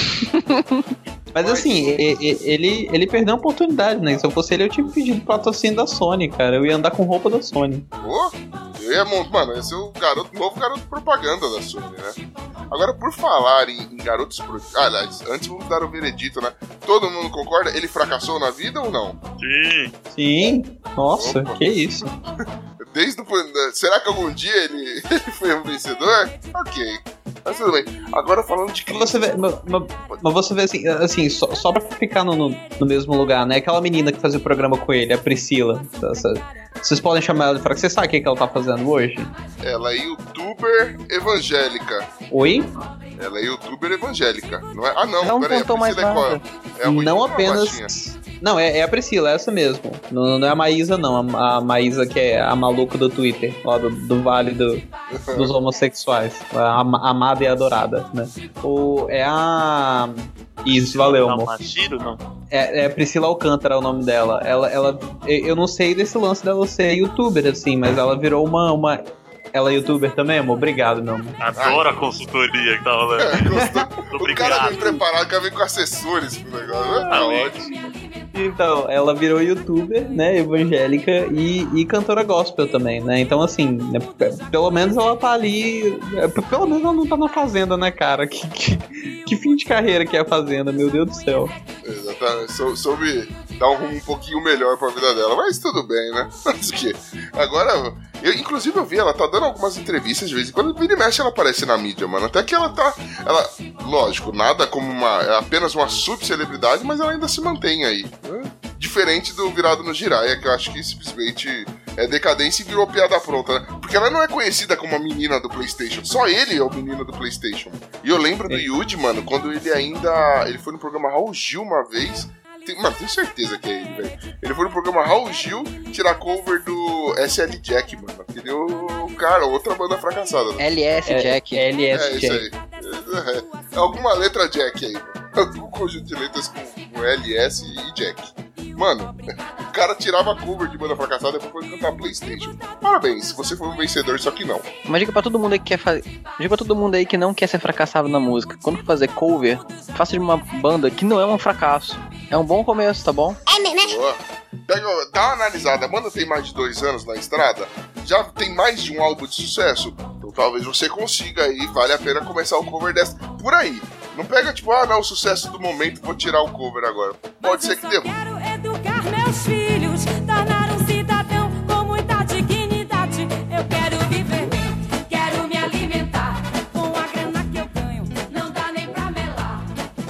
Mas assim, e- e- ele, ele perdeu a oportunidade, né? Se eu fosse ele, eu tinha pedido patrocínio da Sony, cara. Eu ia andar com roupa da Sony. Pô, eu ia montar, mano, ia ser o garoto, novo garoto propaganda da Sony, né? Agora, por falar em, em garotos pro... ah, aliás, antes vamos dar o veredito, né? Todo mundo concorda? Ele fracassou na vida ou não? Sim. Sim, nossa, Opa. que isso. Desde o... Será que algum dia ele, ele foi um vencedor? Ok. Mas tudo bem. Agora falando de Mas você vê, mas, mas- mas você vê assim, assim só, só pra ficar no, no, no mesmo lugar, né? Aquela menina que fazia o programa com ele, a Priscila. Essa- vocês podem chamar ela de fraca. Você sabe o que, que ela tá fazendo hoje? Ela é youtuber evangélica. Oi? Ela é youtuber evangélica. Não é? Ah, não. Não peraí, a contou mais Priscila é qual? nada. É a ruivinha Não ou a baixinha? apenas. Não, é, é a Priscila, é essa mesmo. Não, não é a Maísa, não. A, a Maísa que é a maluca do Twitter, lá do, do Vale do- dos Homossexuais. A, a amada e adorada, né? O, é a. Isso, valeu, Não, amor. Machiro, não. É, é Priscila Alcântara o nome dela. Ela, ela, eu eu não sei desse lance dela ser youtuber, assim, mas ela virou uma. uma ela é youtuber também, amor? Obrigado, meu amor. Adoro a consultoria que tá rolando. É, gostou? O cara Obrigado. vem preparado, o cara vem com assessores pro negócio. Tá Amém. ótimo. Então, ela virou youtuber, né, evangélica e, e cantora gospel também, né? Então, assim, né, p- pelo menos ela tá ali. é, p- Pelo menos ela não tá na fazenda, né, cara? Que, que, que fim de carreira que é a fazenda, meu Deus do céu. Exatamente. Sou, soube dar um rumo um pouquinho melhor pra vida dela, mas tudo bem, né? Mas o quê? Agora, eu, inclusive eu vi, ela tá dando algumas entrevistas de vez em quando, vira e mexe ela aparece na mídia, mano. Até que ela tá. Ela, lógico, nada como uma. É apenas uma subcelebridade, mas ela ainda se mantém aí. Né? Diferente do Virado no Jiraiya, que eu acho que simplesmente é decadência e virou piada pronta, né? Porque ela não é conhecida como a menina do PlayStation, só ele é o menino do PlayStation. E eu lembro do Yuji, mano, quando ele ainda. Ele foi no programa Raul Gil uma vez. Tem, mano, tenho certeza que é ele, velho. Ele foi no programa Raul Gil tirar cover do S L Jack, mano. Que deu, cara, outra banda fracassada. Né? L S Jack. L S É isso Jack. aí. É, é alguma letra Jack aí, mano. Algum conjunto de letras com, com L, S e Jack. Mano, o cara tirava cover de banda fracassada e depois foi cantar PlayStation. Parabéns, você foi um vencedor, só que não. Uma dica pra todo mundo aí que quer fazer. Dica pra todo mundo aí que não quer ser fracassado na música. Quando for fazer cover, faça de uma banda que não é um fracasso. É um bom começo, tá bom? Boa. Pega, dá uma analisada, a banda tem mais de dois anos na estrada, já tem mais de um álbum de sucesso, então talvez você consiga aí, vale a pena começar o cover dessa por aí. Não pega tipo, ah não, o sucesso do momento, vou tirar o cover agora. Pode ser que Mas eu derrube. só quero educar meus filhos, tornar um cidadão com muita dignidade. Eu quero viver bem, quero me alimentar. Com a grana que eu ganho, não dá nem pra melar.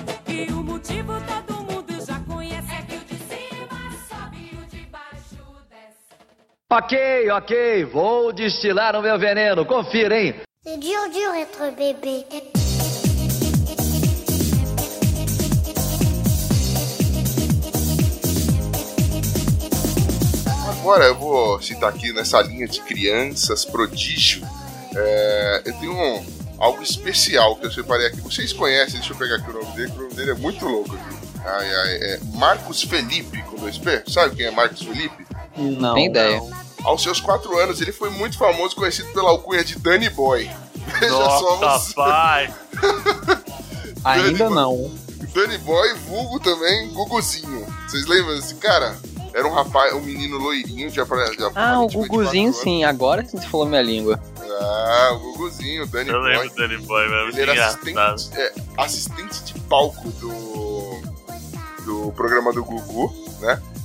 E o motivo todo mundo já conhece é que o de cima sobe e o de baixo desce. Ok, ok, vou destilar o meu veneno, confira, hein? C'est dur, dur être bébé. Agora eu vou citar aqui nessa linha de crianças, prodígio. É, eu tenho um, algo especial que eu separei aqui. Vocês conhecem, deixa eu pegar aqui o nome dele, que o nome dele é muito louco aqui. Ai, ai, é Marcos Felipe, com dois P. Sabe quem é Marcos Felipe? Não. Tem ideia. Aos seus quatro anos, ele foi muito famoso, conhecido pela alcunha de Danny Boy. Veja só Nossa, você. pai! Ainda não. Danny Boy, vulgo também, Guguzinho. Vocês lembram desse cara? Era um rapaz, um menino loirinho de, apare- de Ah, o aparentemente Guguzinho quatro sim, agora sim você falou minha língua. anos. Ah, o Guguzinho, o Danny Eu Boy. lembro do Danny Boy, mesmo. Ele era engraçado. assistente, é, assistente de palco do, do programa do Gugu, né?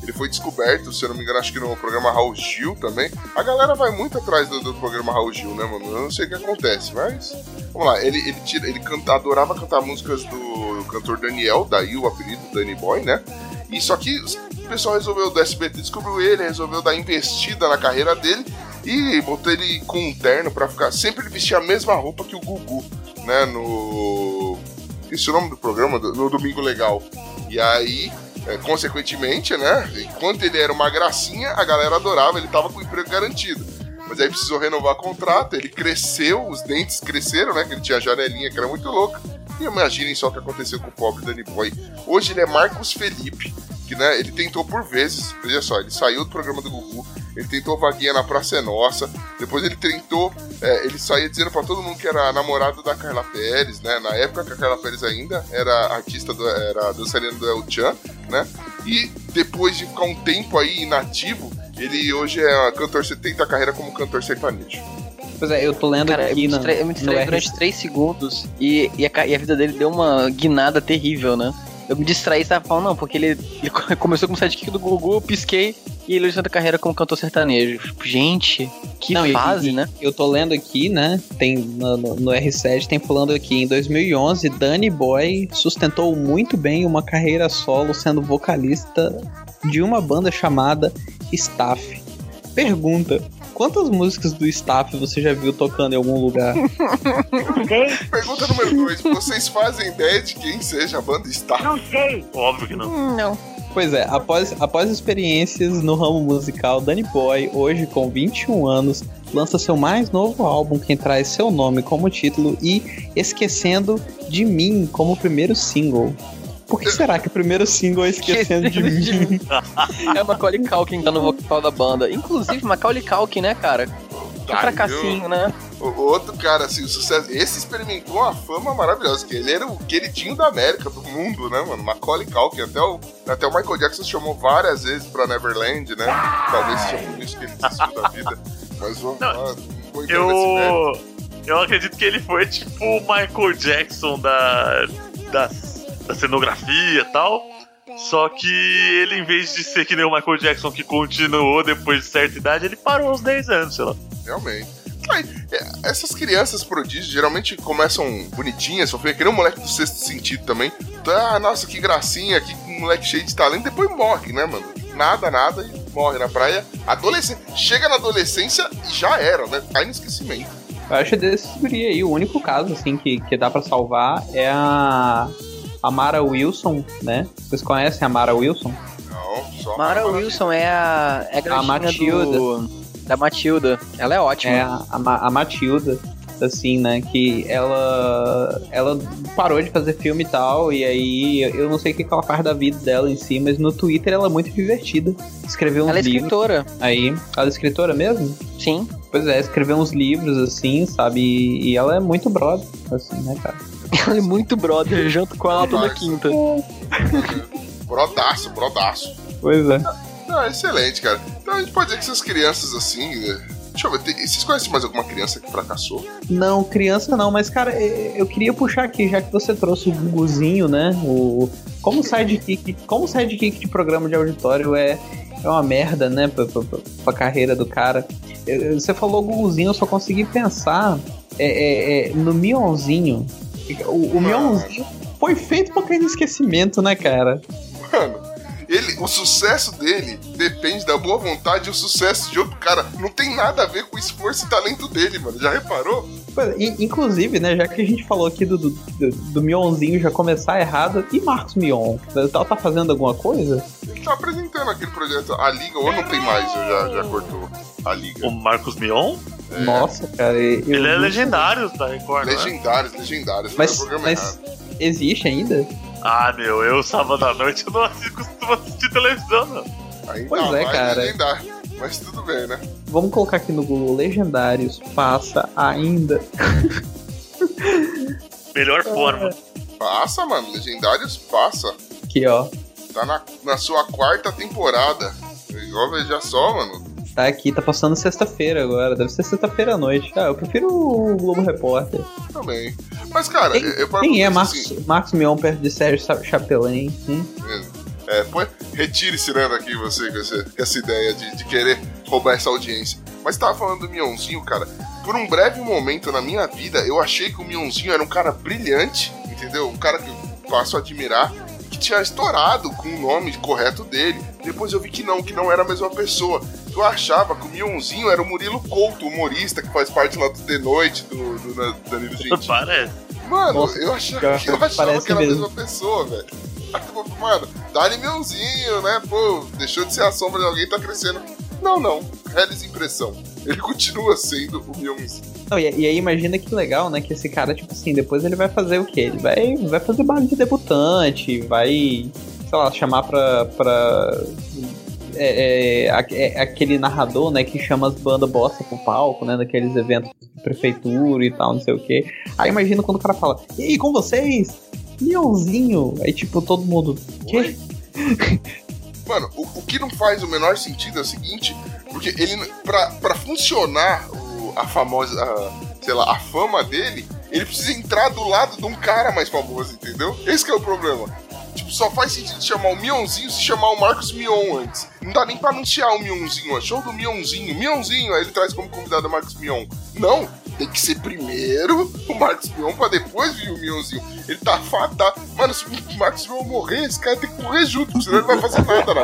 Ele foi descoberto, se eu não me engano, acho que no programa Raul Gil também. A galera vai muito atrás do, do programa Raul Gil, né, mano? Eu não sei o que acontece, mas... Vamos lá, ele, ele, tira, ele canta, adorava cantar músicas do cantor Daniel, daí o apelido Danny Boy, né? E só que o pessoal resolveu, do S B T descobriu ele, resolveu dar investida na carreira dele e botou ele com um terno pra ficar... Sempre ele vestia a mesma roupa que o Gugu, né, no... Esse é o nome do programa, no Domingo Legal. E aí... É, consequentemente, né, enquanto ele era uma gracinha, a galera adorava, ele tava com o emprego garantido. Mas aí precisou renovar o contrato, ele cresceu, os dentes cresceram, né, que ele tinha a janelinha que era muito louca. E imaginem só o que aconteceu com o pobre Danny Boy. Hoje ele é Marcos Felipe, que, né, ele tentou por vezes, veja só, ele saiu do programa do Gugu, ele tentou vaguinha na Praça é Nossa, depois ele tentou, é, ele saía dizendo pra todo mundo que era namorado da Carla Pérez, né, na época que a Carla Pérez ainda era artista, do, era dançarina do El Chan, né, e depois de ficar um tempo aí inativo, ele hoje é cantor, tenta a carreira como cantor sertanejo. Pois é, eu tô lendo Cara, aqui eu me no, distraí, eu me distraí no durante R C. três segundos e, e, a, e a vida dele deu uma guinada terrível, né? Eu me distraí e tava falando, não, porque ele, ele começou como sidekick do Gugu, eu pisquei e ele orientou a carreira como cantor sertanejo. Gente, que Não, fase, e, né? Eu tô lendo aqui, né? Tem no, no, no R sete, tem falando aqui, em dois mil e onze, Danny Boy sustentou muito bem uma carreira solo, sendo vocalista de uma banda chamada Staff. Pergunta: quantas músicas do Staff você já viu tocando em algum lugar? Pergunta número dois, vocês fazem ideia de quem seja a banda Staff? Não sei. Óbvio que não. Hum, não. Pois é, após, após experiências no ramo musical, Danny Boy, hoje com vinte e um anos, lança seu mais novo álbum, que traz seu nome como título e Esquecendo de Mim como primeiro single. Por que será que o primeiro single é Esquecendo de Mim? É Macaulay Culkin tá no vocal da banda. Inclusive, Macaulay Culkin, né, cara? Que Tá, fracassinho, viu? né? O outro cara, assim, o sucesso. Esse experimentou uma fama maravilhosa, que ele era o queridinho da América, do mundo, né, mano? Macaulay Culkin. Até o, até o Michael Jackson chamou várias vezes pra Neverland, né? Talvez seja por isso que ele desistiu da vida. Mas vamos Não, lá, não vou entrar nesse mérito. Eu, eu acredito que ele foi tipo o Michael Jackson da, da, da cenografia e tal. Só que ele, em vez de ser que nem o Michael Jackson que continuou depois de certa idade, ele parou aos dez anos, sei lá. Realmente. Aí, é, essas crianças prodígios geralmente começam bonitinhas, só que nem um moleque do Sexto Sentido também. Ah, nossa, que gracinha, que moleque cheio de talento, depois morre, né, mano? Nada, nada e morre na praia. Adolescência. Chega na adolescência e já era, né? Cai no esquecimento. Eu acho desse guri aí, o único caso, assim, que, que dá pra salvar é a... a Mara Wilson, né? Vocês conhecem a Mara Wilson? Não, só. Mara Wilson é a, é a garotinha Matilda. do, da Matilda. Ela é ótima. É a, a, Ma- a Matilda, assim, né? Que ela ela parou de fazer filme e tal, e aí eu não sei o que ela faz da vida dela em si, mas no Twitter ela é muito divertida. Escreveu uns Ela é livros. escritora. Aí, ela é escritora mesmo? Sim. Pois é, escreveu uns livros, assim, sabe? E, e ela é muito brother, assim, né, cara? Ela é muito brother, junto com ela toda Mas- quinta. Brodaço, brodaço. Pois é. Não, excelente, cara. Então a gente pode dizer que essas crianças assim. né? Deixa eu ver, tem- vocês conhecem mais alguma criança que fracassou? Não, criança não, mas cara, eh, eu queria puxar aqui, já que você trouxe o Guguzinho, né? O, como sidekick, como sidekick de programa de auditório é, é uma merda, né? Pra, pra, pra- pra carreira do cara. Eu- Você falou Guguzinho, eu só consegui pensar é, é, é, no Mionzinho. O, o Mionzinho foi feito pra cair no esquecimento, né, cara? Mano, ele, o sucesso dele depende da boa vontade e o sucesso de outro cara. Não tem nada a ver com o esforço e talento dele, mano. Já reparou? Pois, in- Inclusive, né, já que a gente falou aqui do, do, do, do Mionzinho já começar errado, e Marcos Mion? Tá, tá fazendo alguma coisa? Ele tá apresentando aquele projeto, a Liga, ou não tem mais, eu já, já cortou a Liga. O Marcos Mion? É, Nossa, cara. eu- Ele é eu- legendário da Record, né? Legendários, legendários. Mas, não é programa mas errado. existe ainda? Ah, meu, eu sábado à noite eu não assisto, costumo assistir televisão, não. Ainda Pois é, mais cara. legendário. Mas tudo bem, né? Vamos colocar aqui no Google Legendários, passa ainda. Melhor forma. Passa, mano. Legendários passa. Aqui, ó. Tá na, na sua quarta temporada. Igual veja só, mano. Tá aqui, tá passando sexta-feira agora. Deve ser sexta-feira à noite. Ah, eu prefiro o Globo Repórter. Também. Mas, cara, Quem, eu paro quem pra é pensar Marcos, assim, Marcos Mion perto de Sérgio Cha- Chapelin? Hum? É, põe, Retire-se, né, daqui você com essa, com essa ideia de, de querer roubar essa audiência. Mas tava falando do Mionzinho, cara. Por um breve momento na minha vida, eu achei que o Mionzinho era um cara brilhante, entendeu? Um cara que eu passo a admirar, que tinha estourado com o nome correto dele. Depois eu vi que não, que não era a mesma pessoa. Eu achava que o Mionzinho era o Murilo Couto, humorista que faz parte lá do The Noite, do, do, do Danilo Gentili. Parece. Mano, Nossa, eu achava, cara, eu achava que era mesmo. a mesma pessoa, velho. Mano, dá-lhe Mionzinho, né? Pô, deixou de ser a sombra de alguém, tá crescendo. Não, não, é desimpressão. Ele continua sendo o Mionzinho. Não, e, e aí imagina que legal, né? Que esse cara, tipo assim, depois ele vai fazer o quê? Ele vai, vai fazer baile de debutante, vai, sei lá, chamar pra... pra é, é, é, aquele narrador, né, que chama as bandas bosta pro palco, né, daqueles eventos de prefeitura e tal, não sei o quê. Aí imagina quando o cara fala, e aí, com vocês? Mionzinho. Aí tipo, todo mundo, quê? Mano, o, o que não faz o menor sentido é o seguinte, porque ele, pra, pra funcionar o, a famosa, a, sei lá, a fama dele, ele precisa entrar do lado de um cara mais famoso, entendeu? Esse que é o problema. Tipo, só faz sentido chamar o Mionzinho se chamar o Marcos Mion antes. Não dá nem pra anunciar o Mionzinho, ó. Show do Mionzinho, Mionzinho, aí ele traz como convidado o Marcos Mion. Não, tem que ser primeiro o Marcos Mion pra depois vir o Mionzinho. Ele tá fadado. Mano, se o Marcos Mion morrer, esse cara tem que morrer junto, senão ele não vai fazer nada na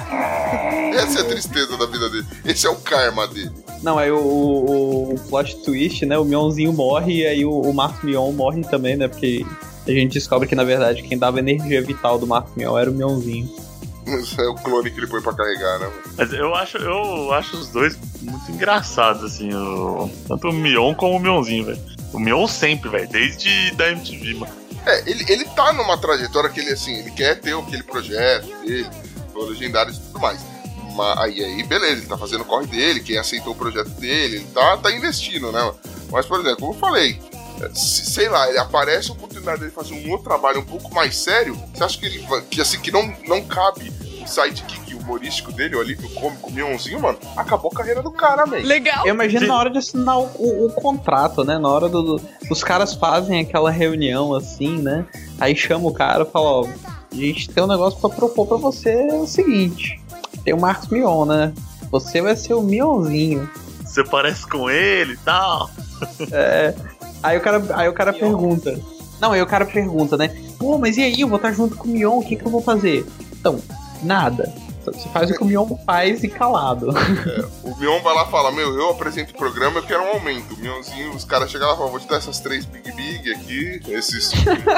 vida. Essa é a tristeza da vida dele. Esse é o karma dele. Não, aí o, o, o plot twist, né? O Mionzinho morre e aí o, o Marcos Mion morre também, né? Porque a gente descobre que, na verdade, quem dava energia vital do Marcos Mion era o Mionzinho. Isso é o clone que ele põe pra carregar, né? Mas eu acho, eu acho os dois muito engraçados, assim, o, tanto o Mion como o Mionzinho, velho. O Mion sempre, velho, desde da M T V, mano. É, ele, ele tá numa trajetória que ele, assim, ele quer ter aquele projeto dele, o Legendário e tudo mais. Mas aí, aí, beleza, ele tá fazendo o corre dele, quem aceitou o projeto dele, ele tá, tá investindo, né? Mas, por exemplo, como eu falei, sei lá, ele aparece a oportunidade dele fazer um outro trabalho um pouco mais sério. Você acha que ele que assim que não, não cabe o sidekick humorístico dele, o alívio cômico, o Mionzinho, mano? Acabou a carreira do cara, velho. Legal! Eu imagino na hora de assinar o, o, o contrato, né? Na hora do, do. Os caras fazem aquela reunião assim, né? Aí chama o cara e fala: ó, a gente tem um negócio pra propor pra você, é o seguinte: tem o Marcos Mion, né? Você vai ser o Mionzinho. Você parece com ele e tal. É. Aí o cara, aí o cara pergunta. Não, aí o cara pergunta, né? Pô, mas e aí? Eu vou estar junto com o Mion, o que, que eu vou fazer? Então, nada. Você faz o que o Mion faz e calado. É, o Mion vai lá e fala: meu, eu apresento o programa, eu quero um aumento. O Mionzinho, os caras chegam lá e falam: vou te dar essas três Big Big aqui, esses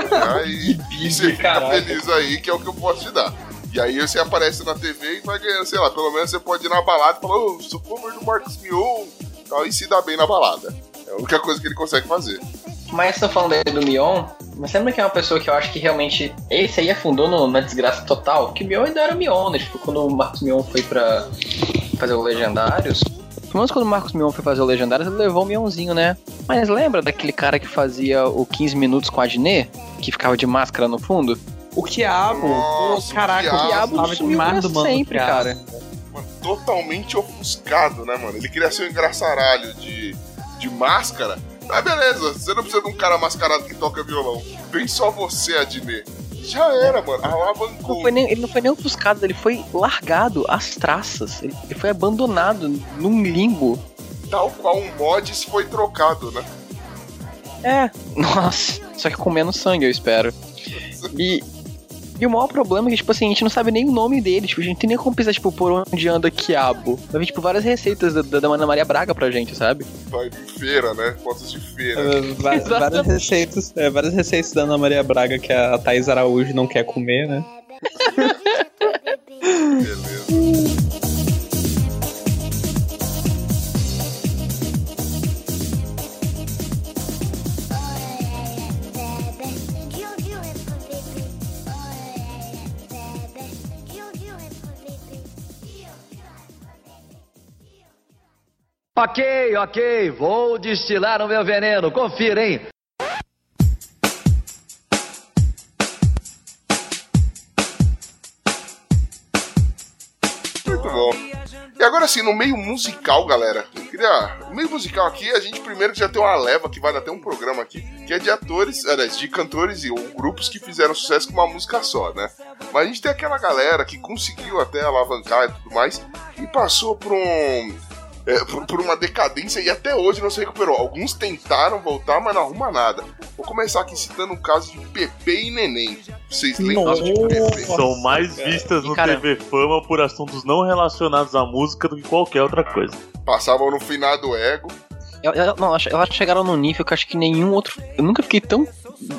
e, e você fica Caraca. feliz aí, que é o que eu posso te dar. E aí você aparece na T V e vai ganhando, sei lá, pelo menos você pode ir na balada e falar: ô, sou cover do Marcos Mion, tal, e se dá bem na balada. É a única coisa que ele consegue fazer. Mas você tá falando aí do Mion, mas lembra que é uma pessoa que eu acho que realmente esse aí afundou no, na desgraça total? Que o Mion ainda era o Mion, né? Tipo, quando o Marcos Mion foi pra fazer o Legendários, pelo menos quando o Marcos Mion foi fazer o Legendários, ele levou o Mionzinho, né? Mas lembra daquele cara que fazia o quinze minutos com a Adnê? Que ficava de máscara no fundo? O Quiabo. Nossa, Pô, caraca, o o Quiabo Quiabo tava sumiu demais pra do mano. sempre, cara. Mano, totalmente ofuscado, né, mano? Ele queria ser um engraçaralho de, de máscara. Ah, beleza, você não precisa de um cara mascarado que toca violão. Vem só você, Adnê. Já era, mano. Alavancou. Não foi nem, ele não foi nem ofuscado, ele foi largado às traças. Ele, ele foi abandonado num limbo. Tal qual um mods foi trocado, né? É, nossa, só que com menos sangue, eu espero. E, e o maior problema é que, tipo assim, a gente não sabe nem o nome dele, tipo, a gente não tem nem como pensar, tipo, por onde anda Quiabo. Vai vir, tipo, várias receitas da, da Ana Maria Braga pra gente, sabe? Vai em feira, né? Fotos de feira. Uh, va- várias receitas, é, várias receitas da Ana Maria Braga que a Thaís Araújo não quer comer, né? Beleza. Ok, ok, vou destilar o meu veneno, confira, hein? Muito bom. E agora assim, no meio musical, galera, eu queria... No meio musical aqui, a gente primeiro já tem uma leva, que vai dar até um programa aqui, que é de atores, aliás, de cantores e, ou grupos que fizeram sucesso com uma música só, né? Mas a gente tem aquela galera que conseguiu até alavancar e tudo mais, e passou por um... É, por, por uma decadência e até hoje não se recuperou. Alguns tentaram voltar, mas não arruma nada. Vou começar aqui citando o caso de Pepe e Neném. Vocês lembram de Pepe? São mais vistas no cara... T V Fama por assuntos não relacionados à música do que qualquer outra coisa. Passavam no finado ego. Eu, eu, não, elas chegaram num nível que eu acho que nenhum outro... Eu nunca fiquei tão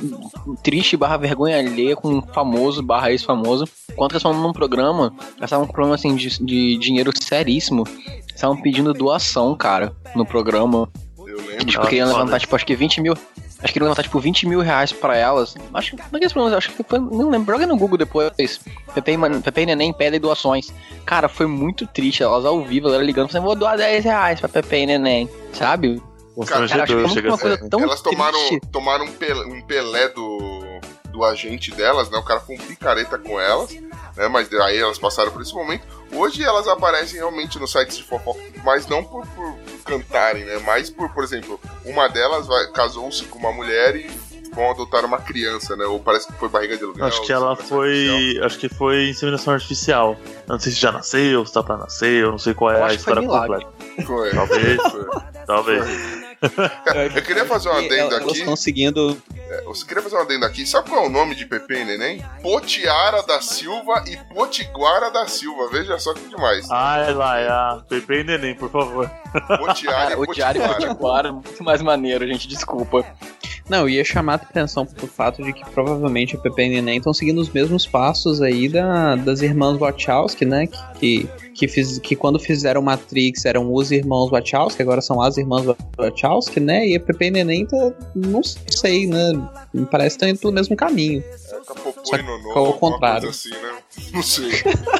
triste barra vergonha alheia com um famoso barra ex-famoso quanto eles estavam num programa. Elas estavam num programa assim, de, de dinheiro seríssimo. Estavam pedindo doação, cara, no programa. Eu lembro. Tipo, queriam levantar, tipo, acho que vinte mil... Acho que queriam levantar, tipo, vinte mil reais pra elas. Acho que... Não é que acho que foi... Não lembro. Joga no Google depois. Pepe e, Pepe e Neném pedem doações. Cara, foi muito triste. Elas ao vivo, ela ligando, falando, vou doar dez reais pra Pepe e Neném. Sabe? Cara, cara, acho que foi uma coisa tão elas tomaram, triste. tomaram um, pelé, um pelé do, do agente delas, né? O cara foi um picareta com elas, né? Mas aí elas passaram por esse momento. Hoje elas aparecem realmente nos sites de fofoca, mas não por, por cantarem, né? Mas por, por exemplo, uma delas vai, casou-se com uma mulher e vão adotar uma criança, né? Ou parece que foi barriga de aluguel. Acho que ela foi. Artificial. Acho que foi inseminação artificial. Eu não sei se já nasceu, se tá pra nascer, eu não sei qual é a história completa. Foi. Talvez. Foi. Talvez. Foi. Eu queria fazer um adendo aqui. Elas estão seguindo. É, eu queria fazer um adendo aqui. Sabe qual é o nome de Pepe e Neném? Potiara da Silva e Potiguara da Silva. Veja só que demais. Ah, é lá, é a Pepe e Neném, por favor. Potiara e O Diário e Potiguara, muito mais maneiro, gente, desculpa. Não, eu ia chamar a atenção pro fato de que provavelmente a Pepe e Neném estão seguindo os mesmos passos aí da, das irmãs Wachowski, né? Que, que, que, fiz, que quando fizeram Matrix eram os irmãos Wachowski, agora são as irmãs Wachowski, né? E a Pepe e Neném tá, não sei, né? Me parece que estão indo pelo mesmo caminho. É, tá Popô Só e Nonô, ao contrário. assim, né? Não sei.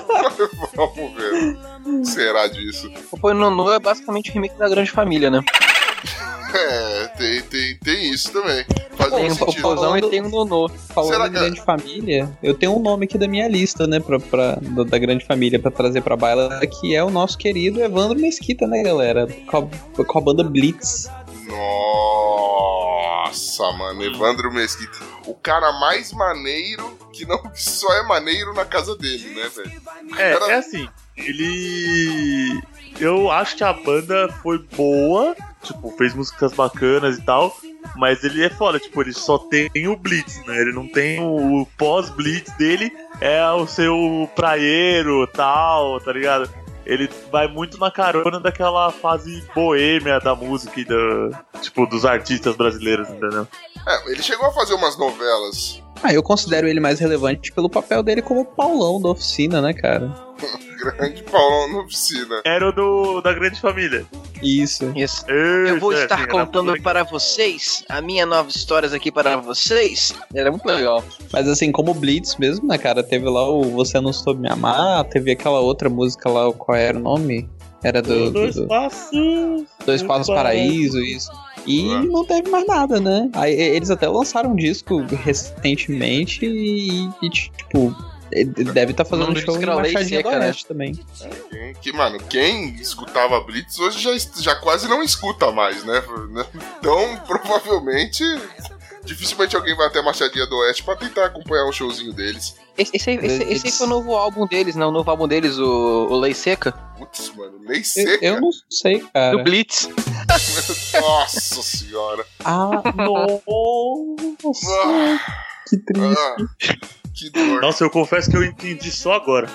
Vamos ver. O que será disso? O Popô e Nonô é basicamente o remake da Grande Família, né? É, tem, tem, tem isso também. Faz Tem um um sentido. Popôzão e tem um Nonô. Falando Será de que- Grande Família, eu tenho um nome aqui da minha lista, né, pra, pra, da, da Grande Família pra trazer pra baila, que é o nosso querido Evandro Mesquita, né, galera? Com a, com a banda Blitz. Nossa, mano, Evandro Mesquita. O cara mais maneiro, que não que só é maneiro na casa dele, né, velho? É, Cara- é assim, ele. Eu acho que a banda foi boa, tipo, fez músicas bacanas e tal, mas ele é foda, tipo, ele só tem o Blitz, né? Ele não tem o, o pós-Blitz dele, é o seu praieiro tal, tá ligado? Ele vai muito na carona daquela fase boêmia da música e do, tipo, dos artistas brasileiros, entendeu? É, ele chegou a fazer umas novelas. Ah, eu considero ele mais relevante pelo papel dele como Paulão da Oficina, né, cara? Grande Paulão na oficina. Era o do, da Grande Família. Isso. Isso. Eu Eu vou estar contando para vocês a minha nova histórias aqui para vocês. Era muito legal. Mas assim, como Blitz mesmo, né, cara? Teve lá o Você Não Soube Me Amar, teve aquela outra música lá, qual era o nome? Era do... do, Dois do passos. Dois Passos Paraíso, isso. E Ué. não teve mais nada, né? Aí eles até lançaram um disco recentemente e, e tipo... ele deve estar fazendo O nome do show disco em era Lei Machadinha do Seca, né? Oeste também. Quem, que, mano, quem escutava Blitz hoje já, já quase não escuta mais, né? Então, provavelmente, dificilmente alguém vai até Machadinha do Oeste pra tentar acompanhar um showzinho deles. Esse, esse, aí- esse, esse aí foi o novo álbum deles, não? O novo álbum deles, o, o Lei Seca. Putz, mano, lei Eu, seca. eu não sei, cara. Do Blitz. Nossa senhora. Ah, nossa. Ah, Que triste. ah, que dor. Nossa, eu confesso que eu entendi só agora.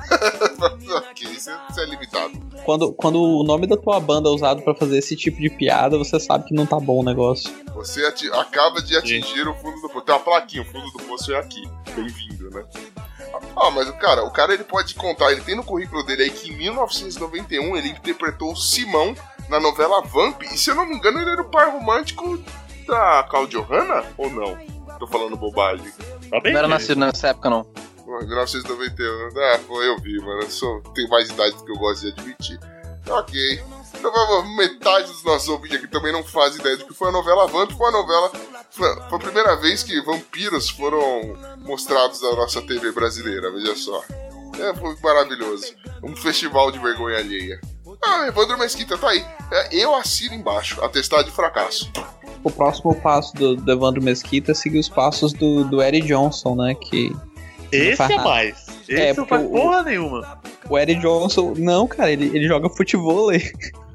Ok, isso é, isso é limitado. Quando, quando o nome da tua banda é usado pra fazer esse tipo de piada, você sabe que não tá bom o negócio. Você ati- acaba de atingir o fundo do poço. Tem uma plaquinha, o fundo do poço é aqui. Bem-vindo, né? Ah, mas o cara, o cara ele pode contar, ele tem no currículo dele aí que em mil novecentos e noventa e um ele interpretou o Simão na novela Vamp. E se eu não me engano, ele era o par romântico da Claudio Hanna ou não? Tô falando bobagem. Tá bem? Não era né? nascido nessa época, não. Pô, mil novecentos e noventa e um, ah, foi, eu vi, mano. Eu sou, tenho mais idade do que eu gosto de admitir. Ok. Então, vamos- metade dos nossos ouvintes aqui também não faz ideia do que foi a novela Vamp. Foi a novela. Foi, foi a primeira vez que vampiros foram mostrados na nossa T V brasileira, veja só. É, foi maravilhoso. Um festival de vergonha alheia. Ah, Evandro Mesquita, tá aí. É, eu assino embaixo, atestado de fracasso. O próximo passo do, do Evandro Mesquita é seguir os passos do, do Eric Johnson, né? Que Esse é mais. Esse É, não faz porque o- porra nenhuma. o Eric Johnson, não, cara, ele, ele joga futevôlei.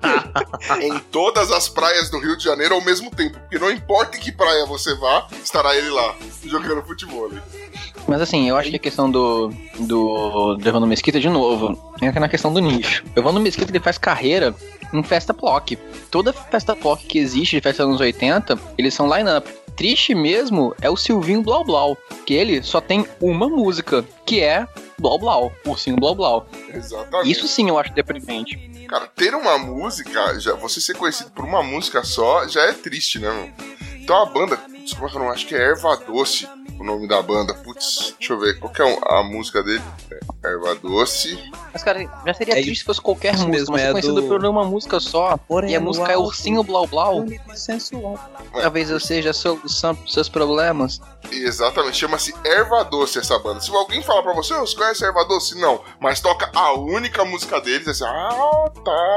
Em todas as praias do Rio de Janeiro ao mesmo tempo. Porque não importa em que praia você vá, estará ele lá, jogando futebol. Mas assim, eu acho que a questão do, do, do Evandro Mesquita, de novo, entra na questão do nicho. O Evandro Mesquita, ele faz carreira em festa plock. Toda festa plock que existe de festa dos anos oitenta, eles são line-up. Triste mesmo é o Silvinho Blau Blau, que ele só tem uma música, que é Blau Blau, Ursinho Blau Blau. Exatamente. Isso sim eu acho deprimente. Cara, ter uma música, já, você ser conhecido por uma música só, já é triste, né, meu? Então a banda, desculpa que eu não acho que é Erva Doce o nome da banda. Putz, deixa eu ver, qual que é a música dele? É Erva Doce. Mas, cara, já seria É triste se fosse qualquer isso música, mesmo, mas é ser conhecido do- por uma música só. E a música é Ursinho Blau Blau. Sensual. Talvez eu seja a solução pros seus problemas. Exatamente, chama-se Erva Doce essa banda. Se alguém falar pra você, você conhece Erva Doce? Não, mas toca a única música deles, é assim, ah,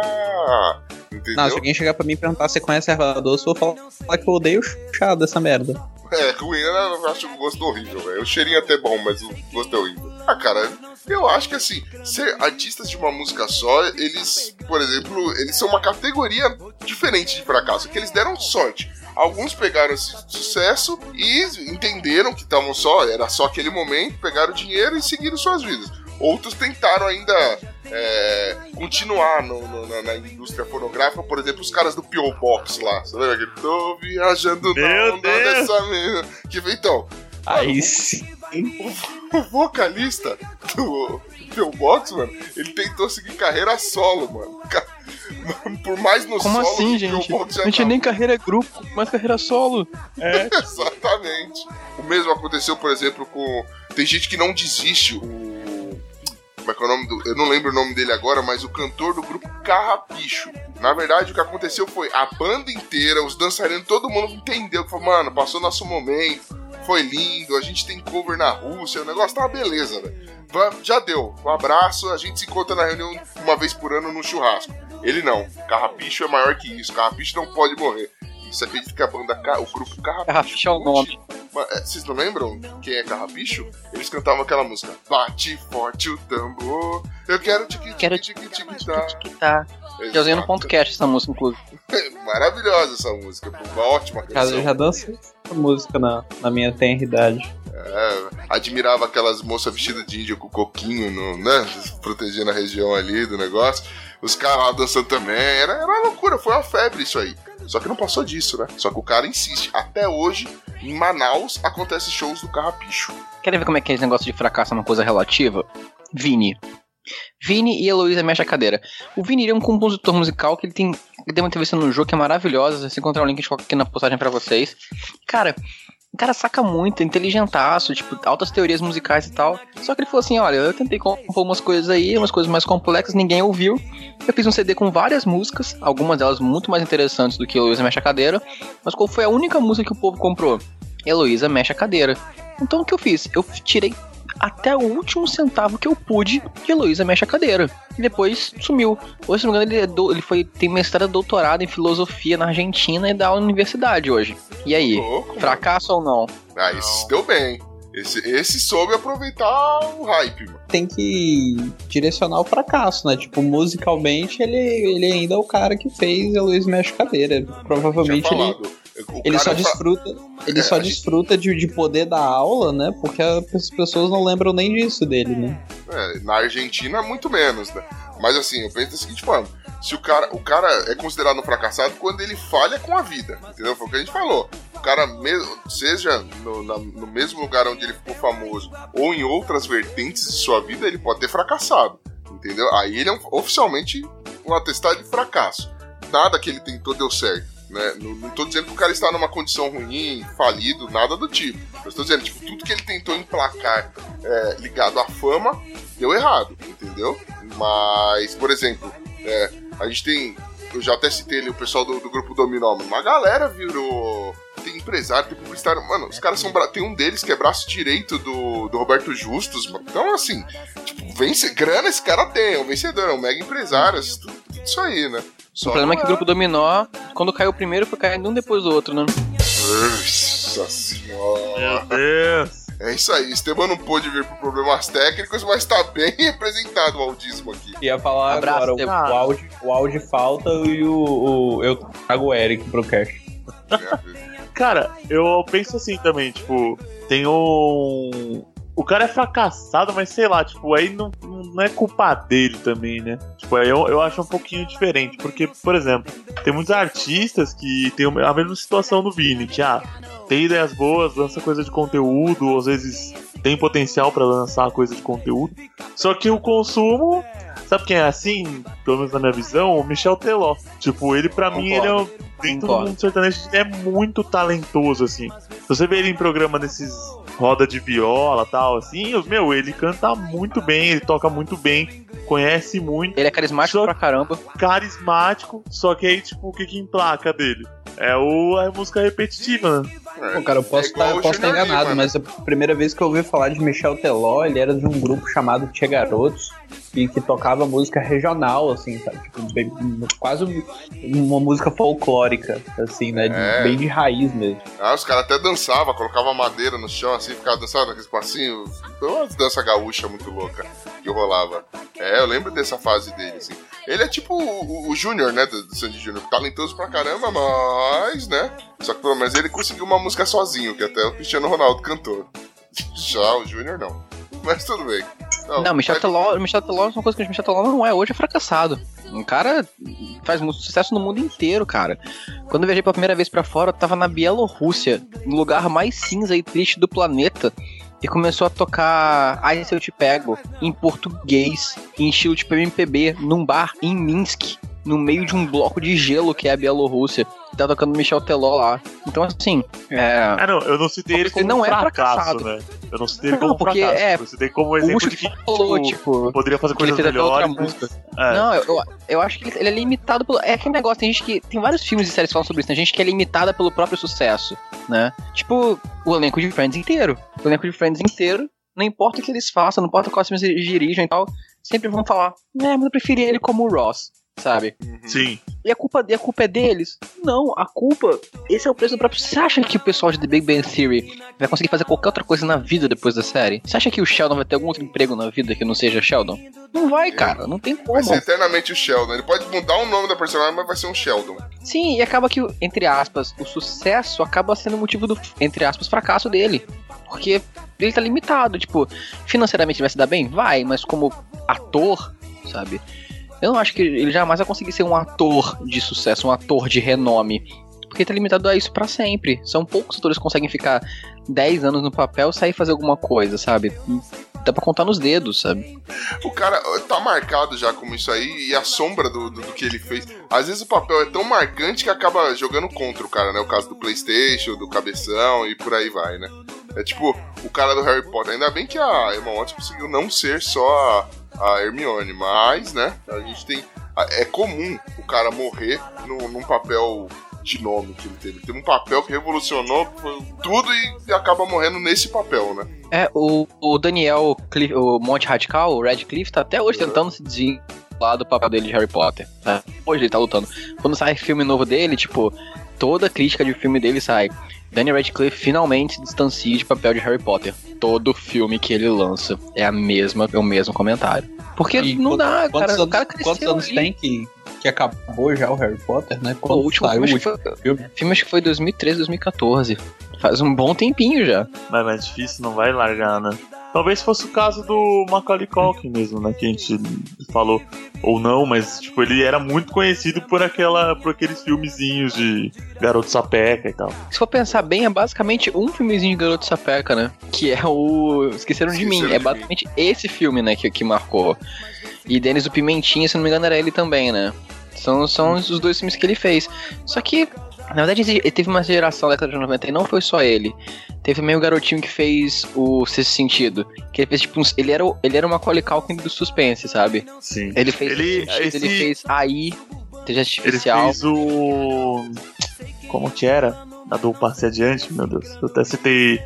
tá. Entendeu? Não, se alguém chegar pra mim e perguntar se você conhece Erva Doce, eu vou falar que eu odeio o chá dessa merda. É, ruim, eu acho o gosto horrível, velho. O cheirinho é até bom, mas o gosto é horrível. Ah, cara, eu acho que assim, ser artistas de uma música só, eles, por exemplo, eles são uma categoria diferente de fracasso, que eles deram sorte. Alguns pegaram esse sucesso e entenderam que estavam só, era só aquele momento, pegaram o dinheiro e seguiram suas vidas. Outros tentaram ainda é, continuar no, no, na, na indústria fonográfica, por exemplo, os caras do P O Box lá. Você lembra aquele? Tô viajando na Meu onda Deus! dessa mesma. Que então, Aí sim. o vocalista do P O Box, mano, ele tentou seguir carreira solo, mano. Ca- Por mais no Como solo assim, que o gente? P O Box já Não tinha tava. nem carreira grupo, mas carreira solo. É. Exatamente. O mesmo aconteceu, por exemplo, com. Tem gente que não desiste. O. Como é que é o nome do. Eu não lembro o nome dele agora, mas o cantor do grupo Carrapicho. Na verdade, o que aconteceu foi a banda inteira, os dançarinos, todo mundo entendeu que foi, mano, passou nosso momento, foi lindo, a gente tem cover na Rússia, o negócio tá uma beleza, velho. Va- Já deu. Um abraço, a gente se encontra na reunião uma vez por ano no churrasco. Ele não. Carrapicho é maior que isso. Carrapicho não pode morrer. E você acredita que a banda, Ca- o grupo Carrapicho... Carrapicho é o nome. Mas, é, vocês não lembram quem é Carrapicho? Eles cantavam aquela música. Bate forte o tambor, eu quero tique Quero tique tique tique Que tá. Já usei no ponto cast essa música, inclusive. Maravilhosa essa música, pô, uma ótima Cara, canção. eu já dancei essa música na, na minha tenra idade. É, admirava aquelas moças vestidas de índia com coquinho, no, né? Protegendo a região ali do negócio. Os caras lá dançando também. Era, era uma loucura, foi uma febre isso aí. Só que não passou disso, né? Só que o cara insiste. Até hoje, em Manaus, acontecem shows do Carrapicho. Querem ver como é que é esse negócio de fracasso é uma coisa relativa? Vini. Vini e Heloísa mexe a cadeira. O Vini ele é um compositor musical que ele tem. Ele deu uma entrevista no jogo que é maravilhosa. Se encontrar o link, a gente coloca aqui na postagem pra vocês. Cara, o cara saca muito, é inteligentaço, tipo, altas teorias musicais e tal. Só que ele falou assim: olha, eu tentei compor umas coisas aí, umas coisas mais complexas, ninguém ouviu. Eu fiz um C D com várias músicas, algumas delas muito mais interessantes do que Heloísa mexe a cadeira. Mas qual foi a única música que o povo comprou? Heloísa mexe a cadeira. Então o que eu fiz? Eu tirei até o último centavo que eu pude de Heloísa mexe a cadeira. E depois sumiu. Hoje, se não me engano, ele, é do, ele foi, tem mestrado e doutorado em filosofia na Argentina e dá aula na universidade hoje. E aí? Louco, Fracasso ou não? Ah, esse deu bem. Esse, esse soube aproveitar o hype, mano. Tem que direcionar o fracasso, né? Tipo, musicalmente, ele, ele ainda é o cara que fez a Luiz Mexe Cadeira. Provavelmente Tinha ele, falado. O ele cara só fa- desfruta, ele É, só a gente- desfruta de, de poder dar aula, né? Porque as pessoas não lembram nem disso dele, né? É, na Argentina, muito menos, né? Mas assim, eu penso da seguinte forma: se o cara, o cara é considerado um fracassado quando ele falha com a vida, entendeu? Foi o que a gente falou. O cara, mesmo, seja no, na- no mesmo lugar onde ele ficou famoso ou em outras vertentes de sua vida, ele pode ter fracassado, entendeu? Aí ele é um- oficialmente um atestado de fracasso. Nada que ele tentou deu certo. Né? Não, não tô dizendo que o cara está numa condição ruim, falido, nada do tipo. Eu estou dizendo, tipo, tudo que ele tentou emplacar é, ligado à fama deu errado, entendeu? Mas, por exemplo, é, a gente tem. Eu já até citei ali o pessoal do, do grupo Dominó, mano. Uma galera virou. Tem empresário, tem publicitário. Mano, os caras são. Bra... Tem um deles que é braço direito do, do Roberto Justus, mano. Então, assim, tipo, vence... grana esse cara tem, é um vencedor, é um mega empresário. Tudo, tudo disso aí, né? Só o problema é que o é. grupo Dominó, quando caiu o primeiro, foi caindo um depois do outro, né? Nossa senhora. Meu Deus. É isso aí, Esteban não pôde vir por problemas técnicos, mas tá bem representado o audismo aqui. Ia falar Abraço, agora, o, Esteban. o, áudio, o áudio falta e o, o eu trago o Eric pro cast. Cara, eu penso assim também, tipo, tem um... O cara é fracassado, mas sei lá, tipo, aí não, não é culpa dele também, né? Tipo, aí eu, eu acho um pouquinho diferente, porque, por exemplo, tem muitos artistas que tem a mesma situação do Vini, que, ah, tem ideias boas, lança coisa de conteúdo, ou às vezes tem potencial pra lançar coisa de conteúdo, só que o consumo... Sabe quem é assim, pelo menos na minha visão? O Michel Teló. Tipo, ele pra Concordo. mim, ele é... Dentro Concordo. do mundo sertanejo, ele é muito talentoso, assim. Se você vê ele em programa desses roda de viola e tal, assim, meu, ele canta muito bem, ele toca muito bem, conhece muito. Ele é carismático Só- pra caramba. Carismático, só que aí, tipo, o que que emplaca dele? É o, a música repetitiva, né? Pô, cara, eu posso É igual estar o posso estar Junior enganado, Lima, mas a primeira vez que eu ouvi falar de Michel Teló, ele era de um grupo chamado Tchê Garotos, e que tocava música regional, assim, sabe? Tipo, bem- quase uma música folclórica, assim, né? De- É. Bem de raiz mesmo. Ah, os caras até dançavam, colocavam madeira no chão assim, ficava dançando naquele espacinho. Uma dança gaúcha muito louca que rolava. É, eu lembro dessa fase dele, assim. Ele é tipo o, o Júnior, né, do, do Sandy Júnior. Talentoso pra caramba, mas, né? Só que pelo menos ele conseguiu uma música sozinho, que até o Cristiano Ronaldo cantou. Já o Júnior não. Mas tudo bem. Não, Michel mas- Teló, Michel Teló, uma coisa que o Michel Teló não é hoje, é fracassado. Um cara faz muito sucesso no mundo inteiro, cara. Quando eu viajei pela primeira vez pra fora, eu tava na Bielorrússia, no lugar mais cinza e triste do planeta, e começou a tocar Ai Se Eu Te Pego em português, em estilo tipo M P B, num bar em Minsk, no meio de um bloco de gelo que é a Bielorrússia. Tá tocando Michel Teló lá. Então, assim, é... Ah, não, eu não citei ele Ele como não é fracasso, fracassado. né? Eu não citei ele Não, como porque fracasso. é- Eu citei como o exemplo último de que que falou, tipo, tipo... poderia fazer que ele coisas fez até outra melhores. música. É. Não, eu, eu, eu acho que ele, ele é limitado pelo... É aquele negócio, tem gente que... Tem vários filmes e séries que falam sobre isso, tem gente que é limitada pelo próprio sucesso, né? Tipo, o elenco de Friends inteiro. O elenco de Friends inteiro, não importa o que eles façam, não importa qual filme eles dirijam e tal, sempre vão falar, é, mas eu preferia ele como o Ross, sabe? Sim. E a culpa, e a culpa é deles? Não, a culpa... Esse é o preço do próprio... Você acha que o pessoal de The Big Bang Theory vai conseguir fazer qualquer outra coisa na vida depois da série? Você acha que o Sheldon vai ter algum outro emprego na vida que não seja Sheldon? Não vai, cara. Não tem como. Vai ser eternamente o Sheldon. Ele pode mudar o nome da personagem, mas vai ser um Sheldon. Sim, e acaba que, entre aspas, o sucesso acaba sendo motivo do, entre aspas, fracasso dele. Porque ele tá limitado. Tipo, financeiramente ele vai se dar bem? Vai, mas como ator, sabe? Eu não acho que ele jamais vai conseguir ser um ator de sucesso, um ator de renome. Porque tá limitado a isso pra sempre. São poucos atores que conseguem ficar dez anos no papel e sair fazer alguma coisa, sabe? Dá pra contar nos dedos, sabe? O cara tá marcado já como isso aí, e a sombra do, do, do que ele fez. Às vezes o papel é tão marcante que acaba jogando contra o cara, né? O caso do PlayStation, do Cabeção e por aí vai, né? É tipo o cara do Harry Potter. Ainda bem que a Emma Watson conseguiu não ser só a, a Hermione, mas, né? A gente tem... É comum o cara morrer no, num papel de nome que ele teve. Ele teve um papel que revolucionou tudo e acaba morrendo nesse papel, né? É, o, o Daniel Cliff, o Monte Radical, o Radcliffe, tá até hoje tentando se desvincular do papel dele de Harry Potter. Tá? Hoje ele tá lutando. Quando sai filme novo dele, tipo, toda crítica de filme dele sai. Daniel Radcliffe finalmente se distancia de papel de Harry Potter. Todo filme que ele lança é a mesma, é o mesmo comentário. Porque E não quantos- dá, quantos cara. anos, O cara cresceu quantos anos ali. tem que, que acabou já o Harry Potter, né? O Quando último saiu filme, o acho que último foi, filme? filme acho que foi dois mil e treze, dois mil e quatorze. Faz um bom tempinho já. Mas é mais difícil, não vai largar, né? Talvez fosse o caso do Macaulay Culkin mesmo, né? Que a gente falou. Ou não, mas tipo, ele era muito conhecido por, aquela, por aqueles filmezinhos de Garoto Sapeca e tal. Se for pensar bem, é basicamente um filmezinho de Garoto Sapeca, né? Que é o Esqueceram de Esqueceram Mim. de É Mim. basicamente esse filme, né, que, que marcou. E Denis o Pimentinha, se não me engano, era ele também, né? São, são os dois filmes que ele fez. Só que, na verdade, ele teve uma geração da década de noventa e não foi só ele. Teve também o garotinho que fez o Sexto Sentido. Que ele fez tipo uns, ele era, o- ele era uma Macaulay Culkin do suspense, sabe? Sim. Ele fez Ele- Sexto Sentido, esse- ele fez aí, Inteligência Ele Artificial. fez o. Como que era? A do Passe Adiante, meu Deus. Eu até citei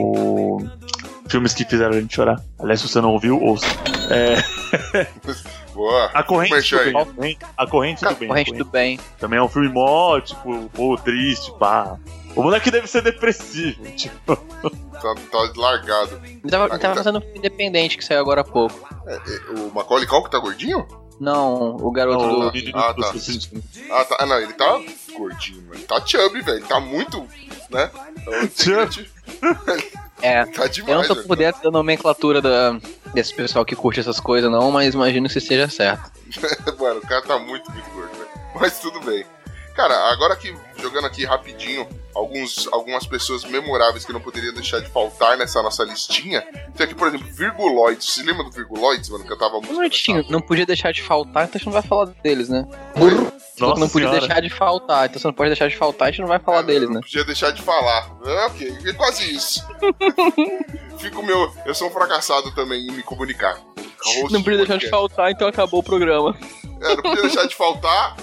no. Filmes que fizeram a gente chorar. Aliás, se você não ouviu, ouça. É. Boa. A Corrente Merchan aí. do Bem. A Corrente do Bem. Corrente do bem. Também é um filme mó, tipo, pô, triste, pá. O moleque deve ser depressivo, tipo. Tá, tá largado. Ele tava, ele tava fazendo um filme independente que saiu agora há pouco. É, é, o Macaulay Culkin tá gordinho? Não, o garoto Não, do... o menino Ah, do tá. Suicídio. Ah, tá. Ah, não, ele tá gordinho, mano. Ele tá chubby, velho. Ele tá muito, né? Chubby. É, Tá eu demais, não tô velho. por dentro da nomenclatura da, desse pessoal que curte essas coisas não, mas imagino que esteja certo. Mano, o cara tá muito, muito gordo, velho. Mas tudo bem. Cara, agora aqui, jogando aqui rapidinho, alguns, algumas pessoas memoráveis que não poderiam deixar de faltar nessa nossa listinha. Tem aqui, por exemplo, Virguloides. Você lembra do Virguloides, mano? Cantava a música. Bonitinho, não podia deixar de faltar, então a gente não vai falar deles, né? Nossa não podia senhora. deixar de faltar, então você não pode deixar de faltar, a gente não vai falar É, deles, não né? podia deixar de falar. É, ok, é quase isso. Fico meu. Eu sou um fracassado também em me comunicar. Host Não podia deixar de podcast. faltar, então acabou o programa. É, não podia deixar de faltar.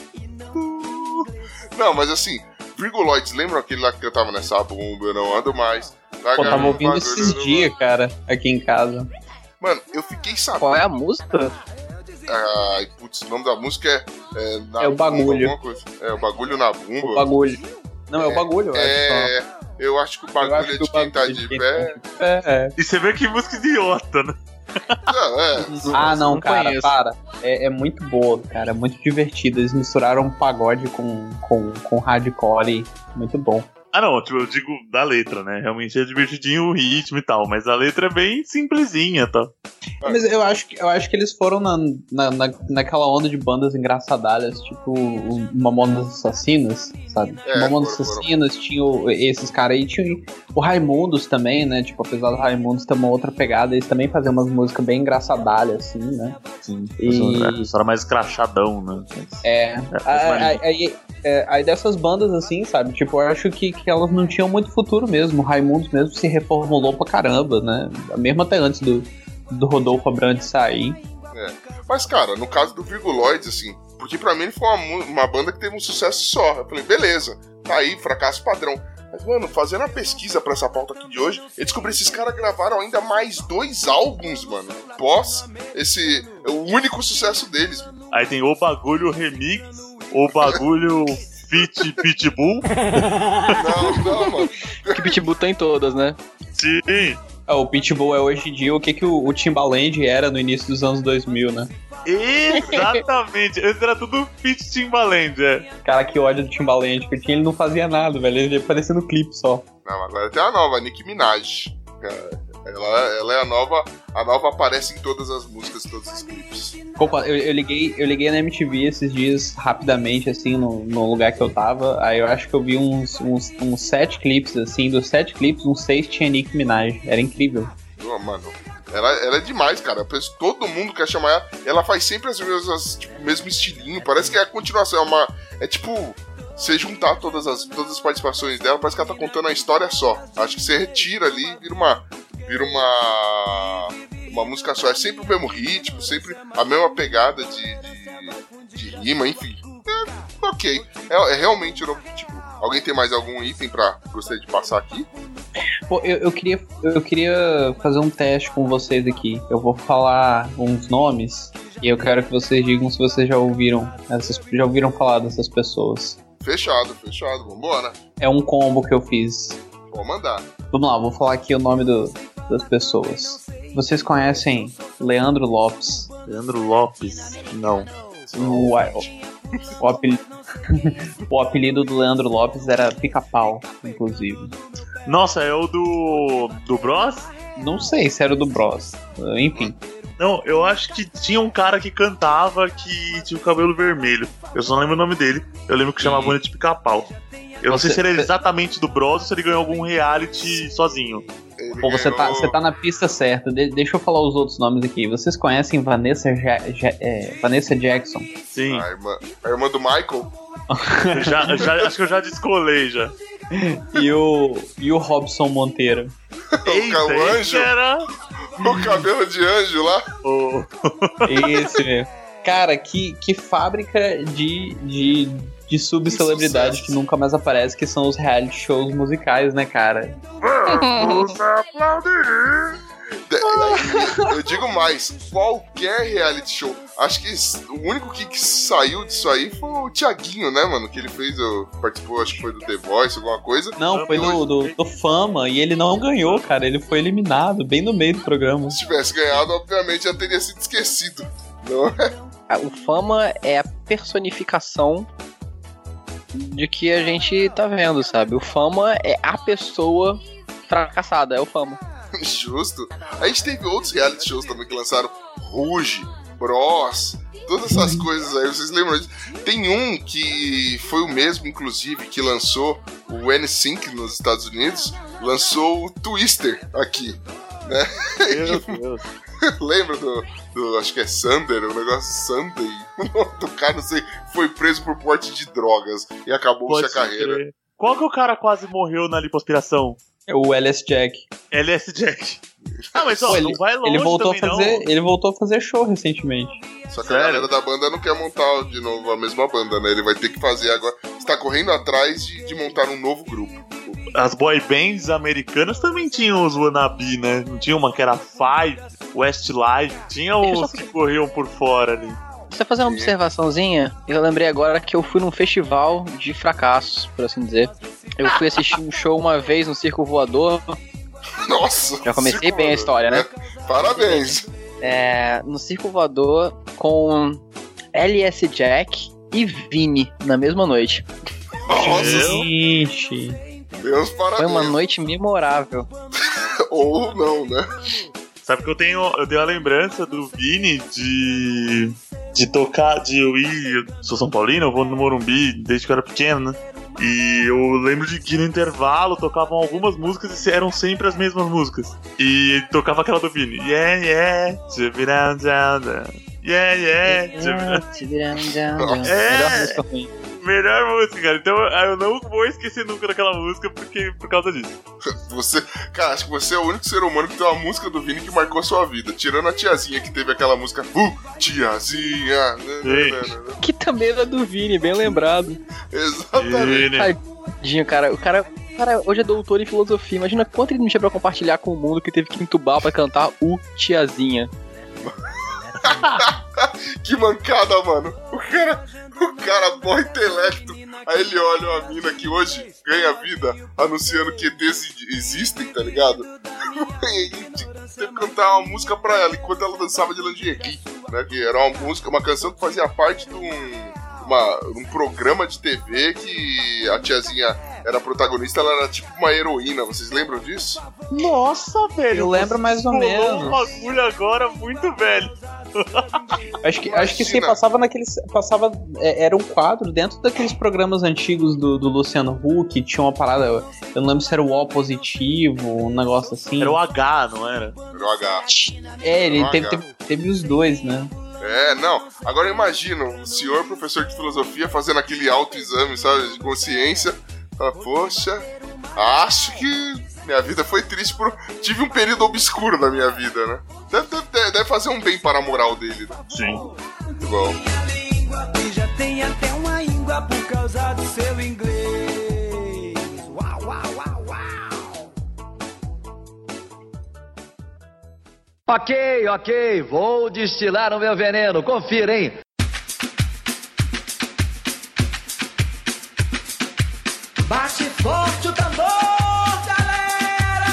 Não, mas assim, Virguloides, lembram aquele lá que cantava nessa bumba, eu não ando mais. Pô, tava ouvindo esses dias, cara, aqui em casa. Mano, eu fiquei sabendo. Qual é a música? Ai, putz, o nome da música é. É, na É o bumba, bagulho. alguma coisa. É, o bagulho na bumba. O bagulho. Não, é, o bagulho, eu acho. É. só. Eu acho que o Eu bagulho acho é que de o quem tá bagulho de quem pé. tá de pé, é. E você vê que música idiota, né? Não, é. Ah, não, não cara, conheço. para. É, é muito boa, cara, é muito divertido. Eles misturaram pagode com, com, com hardcore, muito bom. Ah, não, tipo, eu digo da letra, né? Realmente é divertidinho o ritmo e tal, mas a letra é bem simplesinha, tá? Mas eu acho que, eu acho que eles foram na, na, na, naquela onda de bandas engraçadalhas, tipo o Mamonas Assassinas, sabe? É, Mamonas foram, foram. Assassinas, tinha o- esses caras aí, tinha o Raimundos também, né? Tipo, apesar do Raimundos ter uma outra pegada, eles também faziam umas músicas bem engraçadalhas, assim, né? Sim. E- Só era mais crachadão, né? É, mais aí, aí, é, aí dessas bandas assim, sabe? Tipo, eu acho que, que elas não tinham muito futuro mesmo. O Raimundos mesmo se reformulou pra caramba, né? Mesmo até antes do, do Rodolfo Abrantes sair. Mas, cara, no caso do Virguloides, assim, porque pra mim ele foi uma, mu- uma banda que teve um sucesso só. Eu falei, beleza, tá aí, fracasso padrão. Mas, mano, fazendo a pesquisa pra essa pauta aqui de hoje, eu descobri que esses caras gravaram ainda mais dois álbuns, mano, pós esse, o único sucesso deles. Aí tem o bagulho remix, o bagulho fit pitbull. Não, não, mano. Que Pitbull tem todas, né? Sim. Ah, o Pitbull é hoje em dia o que, que o, o Timbaland era no início dos anos dois mil, né? Exatamente. Esse era tudo fit Timbaland, é. Cara, que ódio do Timbaland, porque ele não fazia nada, velho. Ele aparecia no clipe só. Não, agora tem a nova, a Nicki Minaj. Cara, Ela, ela é a nova. A nova aparece em todas as músicas, em todos os clipes. Opa, eu, eu, liguei, eu liguei na M T V esses dias, rapidamente, assim, no, no lugar que eu tava. Aí eu acho que eu vi uns, uns, uns sete clipes, assim. Dos sete clipes, uns seis tinha Nicki Minaj. Era incrível. Oh, mano, ela, ela é demais, cara. Eu penso, todo mundo quer chamar ela. Ela faz sempre as mesmas, tipo, o mesmo estilinho. Parece que é a continuação. É uma. É tipo. Você juntar todas as, todas as participações dela, parece que ela tá contando a história só. Acho que você retira ali e vira uma. Vira uma. Uma música só. É sempre o mesmo ritmo, sempre a mesma pegada de, de, de rima, enfim. É, ok. É, é realmente. Tipo, alguém tem mais algum item pra gostaria de passar aqui? Pô, eu, eu, queria, eu queria fazer um teste com vocês aqui. Eu vou falar uns nomes e eu quero que vocês digam se vocês já ouviram, essas, já ouviram falar dessas pessoas. Fechado, fechado. Vambora. É um combo que eu fiz. Vou mandar. Vamos lá, vou falar aqui o nome do, das pessoas. Vocês conhecem Leandro Lopes? Leandro Lopes? Não. O, o, o, apelido, o apelido do Leandro Lopes era Pica-Pau, inclusive. Nossa, é o do. do Bros? Não sei se era o do Bros. Enfim. Não, eu acho que tinha um cara que cantava que tinha o cabelo vermelho. Eu só não lembro o nome dele. Eu lembro que chamava ele de Pica-Pau. Eu não Você- sei se ele era exatamente do Bros ou se ele ganhou algum reality sozinho. Ele Pô, você tá, ganhou- você tá na pista certa. De- deixa eu falar os outros nomes aqui. Vocês conhecem Vanessa, Ja- Ja- é, Vanessa Jackson? Sim. A irmã, a irmã do Michael. Eu já, eu já- acho que eu já descolei já. E o, e o Robson Monteiro. Eita, o esse anjo. era O cabelo de anjo lá. o... Esse mesmo. Cara, que, que fábrica de, de, de subcelebridade Sucesso. que nunca mais aparece, que são os reality shows musicais, né, cara? Vamos aplaudir. Eu digo mais, qualquer reality show. Acho que o único que, que saiu disso aí foi o Thiaguinho, né, mano? Que ele fez, eu, participou, acho que foi do The Voice, alguma coisa. Não, foi do, do, do Fama, e ele não ganhou, cara. Ele foi eliminado, bem no meio do programa. Se tivesse ganhado, obviamente já teria sido esquecido, não é? O Fama é a personificação de que a gente tá vendo, sabe? O Fama é a pessoa fracassada, é o Fama. Justo. A gente teve outros reality shows também que lançaram. Ruge, Bros, todas essas coisas aí, vocês lembram disso? Tem um que foi o mesmo, inclusive, que lançou o N Sync nos Estados Unidos, lançou o Twister aqui, né? Meu Deus. Lembra do, do, acho que é Sander, o negócio Sunday, o nome do cara, não sei, foi preso por porte de drogas e acabou-se a carreira. Ser. Qual que o cara quase morreu na lipoaspiração? É o L S Jack. L S Jack. Ah, mas ó, Pô, não ele, vai longe ele voltou também, a fazer, não. Ele voltou a fazer show recentemente. Só que Sério? a galera da banda não quer montar de novo a mesma banda, né? Ele vai ter que fazer agora. Está correndo atrás de, de montar um novo grupo. As boy bands americanas também tinham os wannabe, né? Não tinha uma que era Five, Westlife, tinha os que corriam por fora ali. Você fazer uma observaçãozinha, eu lembrei agora que eu fui num festival de fracassos, por assim dizer. Eu fui assistir um show uma vez no Circo Voador. Nossa! Já comecei bem a história, né? Parabéns! É, no Circo Voador com L S Jack e Vini na mesma noite. Nossa! Gente. Deus, parabéns! Foi uma noite memorável. Ou não, né? Sabe que eu tenho, eu tenho a lembrança do Vini de, de tocar, de eu ir, eu sou São Paulino, eu vou no Morumbi desde que eu era pequeno, né? E eu lembro de que no intervalo tocavam algumas músicas e eram sempre as mesmas músicas. E tocava aquela do Vini. Yeah, yeah, yeah, yeah, yeah. É, melhor música, cara. Então eu não vou esquecer nunca daquela música porque, por causa disso. Você, cara, acho que você é o único ser humano que tem uma música do Vini que marcou a sua vida. Tirando a tiazinha que teve aquela música, uh, tiazinha. Que também era do Vini, bem lembrado. Exatamente. Tadinho, cara. O cara, o cara hoje é doutor em filosofia. Imagina quanto ele não tinha pra compartilhar com o mundo que teve que entubar pra cantar o tiazinha. Que mancada, mano. O cara, o cara bom intelecto. Aí ele olha uma mina que hoje ganha vida anunciando que E Tês existem, tá ligado? E teve que cantar uma música pra ela enquanto ela dançava de lingerie, né? Que era uma música, uma canção que fazia parte de um, uma, um programa de T V que a tiazinha era protagonista, ela era tipo uma heroína. Vocês lembram disso? Nossa, velho. Eu lembro mais ou menos. Um bagulho agora muito velho. Acho que, acho que sim, passava naqueles. Passava. É, era um quadro dentro daqueles programas antigos do, do Luciano Huck. Tinha uma parada. Eu não lembro se era o O positivo, um negócio assim. Era o H, não era? Era o H. É, ele Era o teve, H. teve, teve os dois, né? É, não. Agora imagina o senhor professor de filosofia fazendo aquele autoexame, sabe, de consciência. Fala, poxa, acho que minha vida foi triste por... Tive um período obscuro na minha vida, né? Deve, deve, deve fazer um bem para a moral dele, né? Sim. Muito bom. E já tem até uma íngua por causa do seu inglês. Uau, uau, uau, uau. Ok, ok, vou destilar o meu veneno, confira, hein? Bate forte o tambor, galera!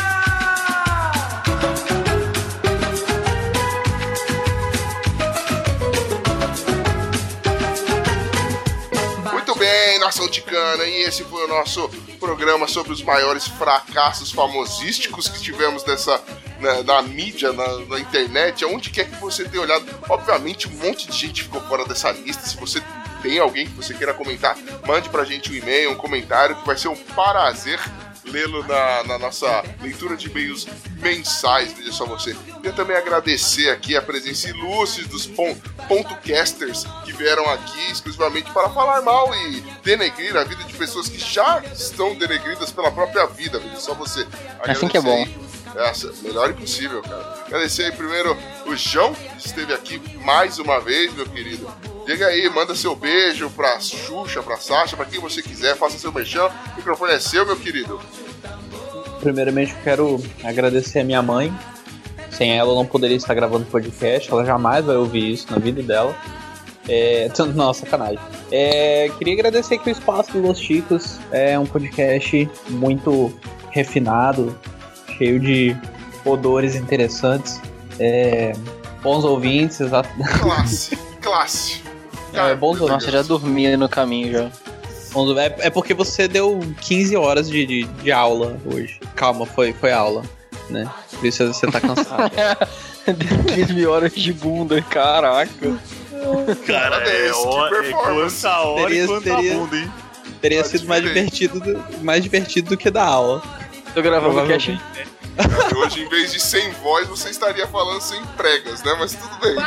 Muito bem, nação ticana, e esse foi o nosso programa sobre os maiores fracassos famosísticos que tivemos nessa, na, na mídia, na, na internet, aonde quer que você tenha olhado. Obviamente um monte de gente ficou fora dessa lista. Se você tem alguém que você queira comentar, mande pra gente um e-mail, um comentário, que vai ser um prazer lê-lo na, na nossa leitura de e-mails mensais. Veja só você. Queria também agradecer aqui a presença ilustre dos pon- pontocasters que vieram aqui exclusivamente para falar mal e denegrir a vida de pessoas que já estão denegridas pela própria vida. Veja só você. Agradecer assim que é bom. Essa, melhor impossível, cara. Agradecer aí primeiro o João, que esteve aqui mais uma vez, meu querido. Diga aí, manda seu beijo pra Xuxa, pra Sasha, pra quem você quiser, faça seu merchan. O microfone é seu, meu querido. Primeiramente eu quero agradecer a minha mãe, Sem ela eu não poderia estar gravando podcast, ela jamais vai ouvir isso na vida dela. É, nossa, sacanagem. É, queria agradecer aqui o espaço do Los Chicos. É um podcast muito refinado, cheio de odores interessantes. É, bons ouvintes. Exato. Classe, classe. É, bons ouvintes. Nossa, já dormia no caminho já. É, é porque você deu quinze horas de, de, de aula hoje. Calma, foi, foi aula, né? Por isso você tá cansado. quinze mil horas de bunda, caraca. Cara, é, ó, é quanta hora teria, e quanta teria, bunda, hein? Teria sido mais divertido, do, mais divertido do que da aula. Tô gravando o cast. Hoje, em vez de sem voz, você estaria falando sem pregas, né? Mas tudo bem.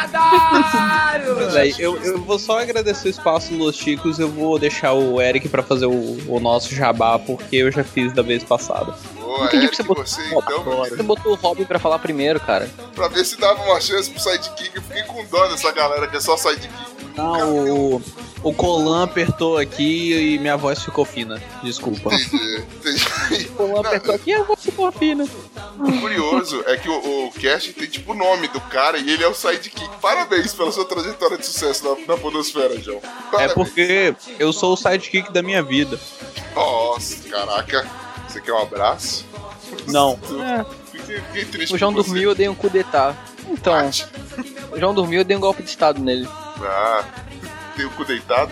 Véi, eu, eu vou só agradecer o espaço dos Los Chicos. Eu vou deixar o Eric pra fazer o, o nosso jabá, porque eu já fiz da vez passada. Boa, Eric, que você botou, você, então, você botou o Robin pra falar primeiro, cara. Pra ver se dava uma chance pro sidekick. Eu fiquei com dó dessa galera que é só sidekick. Não, o, o Colan apertou aqui e minha voz ficou fina. Desculpa. Entendi, entendi. O Colan apertou aqui e a voz ficou fina. O curioso é que o, o cast tem tipo o nome do cara e ele é o sidekick. Parabéns pela sua trajetória de sucesso na, na podosfera, João. Parabéns. É porque eu sou o sidekick da minha vida. Nossa, caraca. Você quer um abraço? Não. É. Fiquei, fiquei triste. O João dormiu, eu dei um coup d'etat. Então, Bate. O João dormiu, eu dei um golpe de estado nele. Ah, tem o cu deitado?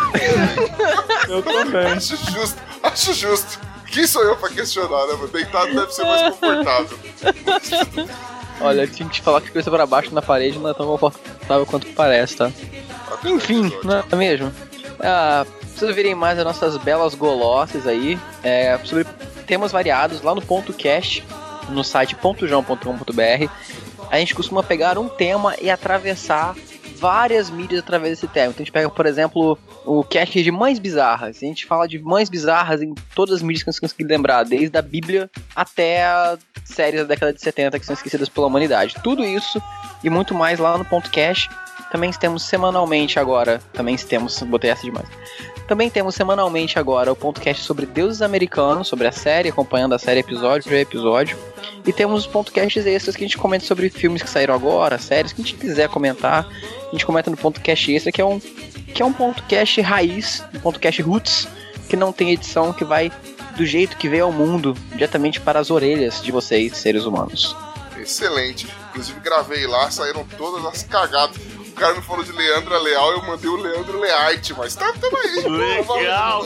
Eu também. Acho justo, acho justo. Quem sou eu pra questionar, né? Deitado deve ser mais confortável. Olha, eu tinha que te falar que coisa pra baixo na parede não é tão confortável quanto parece, tá? Enfim, não é mesmo? Ah, vocês verem mais as nossas belas golossas aí, é, sobre temas variados lá no Ponto Cast, no site ponto joão ponto com ponto b r. A gente costuma pegar um tema e atravessar várias mídias através desse tema. Então a gente pega, por exemplo, o cast de mães bizarras. A gente fala de mães bizarras em todas as mídias que você conseguir lembrar, desde a Bíblia até a séries da década de setenta que são esquecidas pela humanidade. Tudo isso e muito mais lá no Ponto Cast. Também temos semanalmente agora, também temos, botei essa demais. Também temos semanalmente agora o podcast sobre deuses americanos, sobre a série, acompanhando a série episódio por episódio. E temos os podcasts extras que a gente comenta sobre filmes que saíram agora, séries que a gente quiser comentar. A gente comenta no podcast extra, que é um, que é um podcast raiz, um podcast roots, que não tem edição, que vai do jeito que veio ao mundo, diretamente para as orelhas de vocês, seres humanos. Excelente. Inclusive gravei lá, saíram todas as cagadas. O cara me falou de Leandra Leal, eu mandei o Leandro Leite, mas tá, tamo aí. Legal.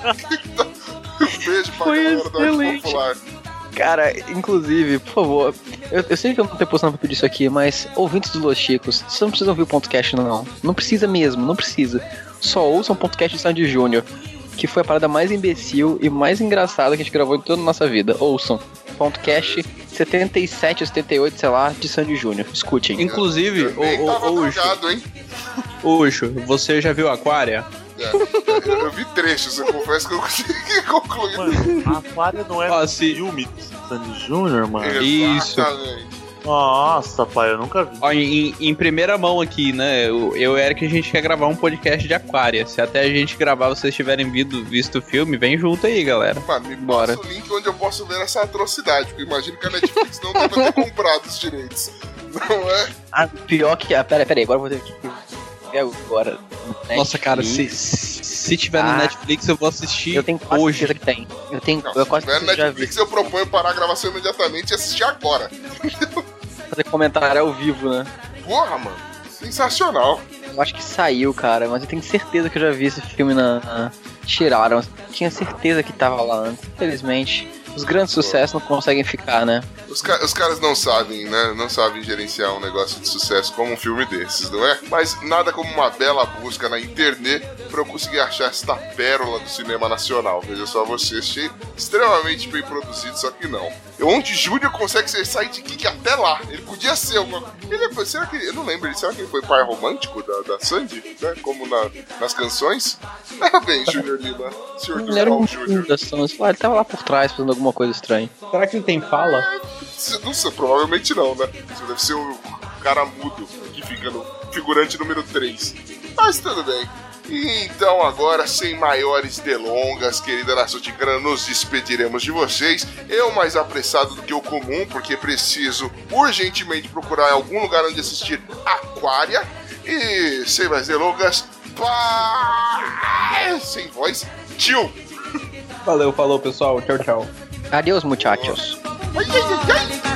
Um beijo pra Foi galera do Arte Popular. Cara, inclusive, por favor, eu, eu sei que eu não tenho posição pra pedir isso aqui, mas ouvintes do Los Chicos, vocês não precisam ouvir o podcast não. Não precisa mesmo, não precisa. Só ouçam o podcast de Sandy Júnior, que foi a parada mais imbecil e mais engraçada que a gente gravou em toda a nossa vida. Ouçam. Podcast setenta e sete, setenta e oito, sei lá, de Sandy Júnior. Escutem. Inclusive, eu, eu o, o, o Ucho, hein? Ucho, você já viu Aquária? É, eu, eu vi trechos, eu confesso que eu consegui concluir. Mano, a Aquária não é ah, um se... filme do Sandy Júnior, mano? Isso. Exatamente. Nossa, pai, eu nunca vi. Ó, em, em primeira mão aqui, né? Eu, eu e Eric, a gente quer gravar um podcast de Aquária. Se até a gente gravar, vocês tiverem visto, visto o filme, vem junto aí, galera. Mano, me Bora. passa o link onde eu posso ver essa atrocidade, porque eu imagino que a Netflix não deve ter comprado os direitos. Não é? Ah, pior que... Ah, pera, pera aí, agora eu vou ter que... É agora. Nossa, cara, se, se tiver no Ah, Netflix, eu vou assistir Eu tenho quase hoje. certeza que tem. Eu tenho... Não, eu se quase tiver no certeza que já vi. Netflix, eu proponho parar a gravação imediatamente e assistir agora. Fazer comentário ao vivo, né? Porra, mano. Sensacional. Eu acho que saiu, cara, mas eu tenho certeza que eu já vi esse filme na... na... Tiraram. Tinha certeza que tava lá antes. Infelizmente, os grandes sucessos não conseguem ficar, né? Os, ca os caras não sabem, né? Não sabem gerenciar um negócio de sucesso como um filme desses, não é? Mas nada como uma bela busca na internet pra eu conseguir achar esta pérola do cinema nacional. Veja só você, achei extremamente bem produzido, só que não. Onde Júnior consegue ser sidekick até lá. Ele podia ser alguma... Ele foi... Será que... Eu não lembro. Será que ele foi pai romântico da, da Sandy? Né? Como na, nas canções? Ah, bem, Júnior Lima. Senhor do Ele era um Júnior. ele tava lá por trás fazendo alguma coisa estranha. Será que ele tem fala? Não sei, provavelmente não, né? Isso deve ser o cara mudo que fica no figurante número três. Mas tudo bem. Então agora, sem maiores delongas, querida nação ticana, nos despediremos de vocês. Eu mais apressado do que o comum, porque preciso urgentemente procurar algum lugar onde assistir Aquária. E sem mais delongas, pá... sem voz, tio. Valeu, falou pessoal, tchau, tchau. Adeus, muchachos. Ai, ai, ai, ai.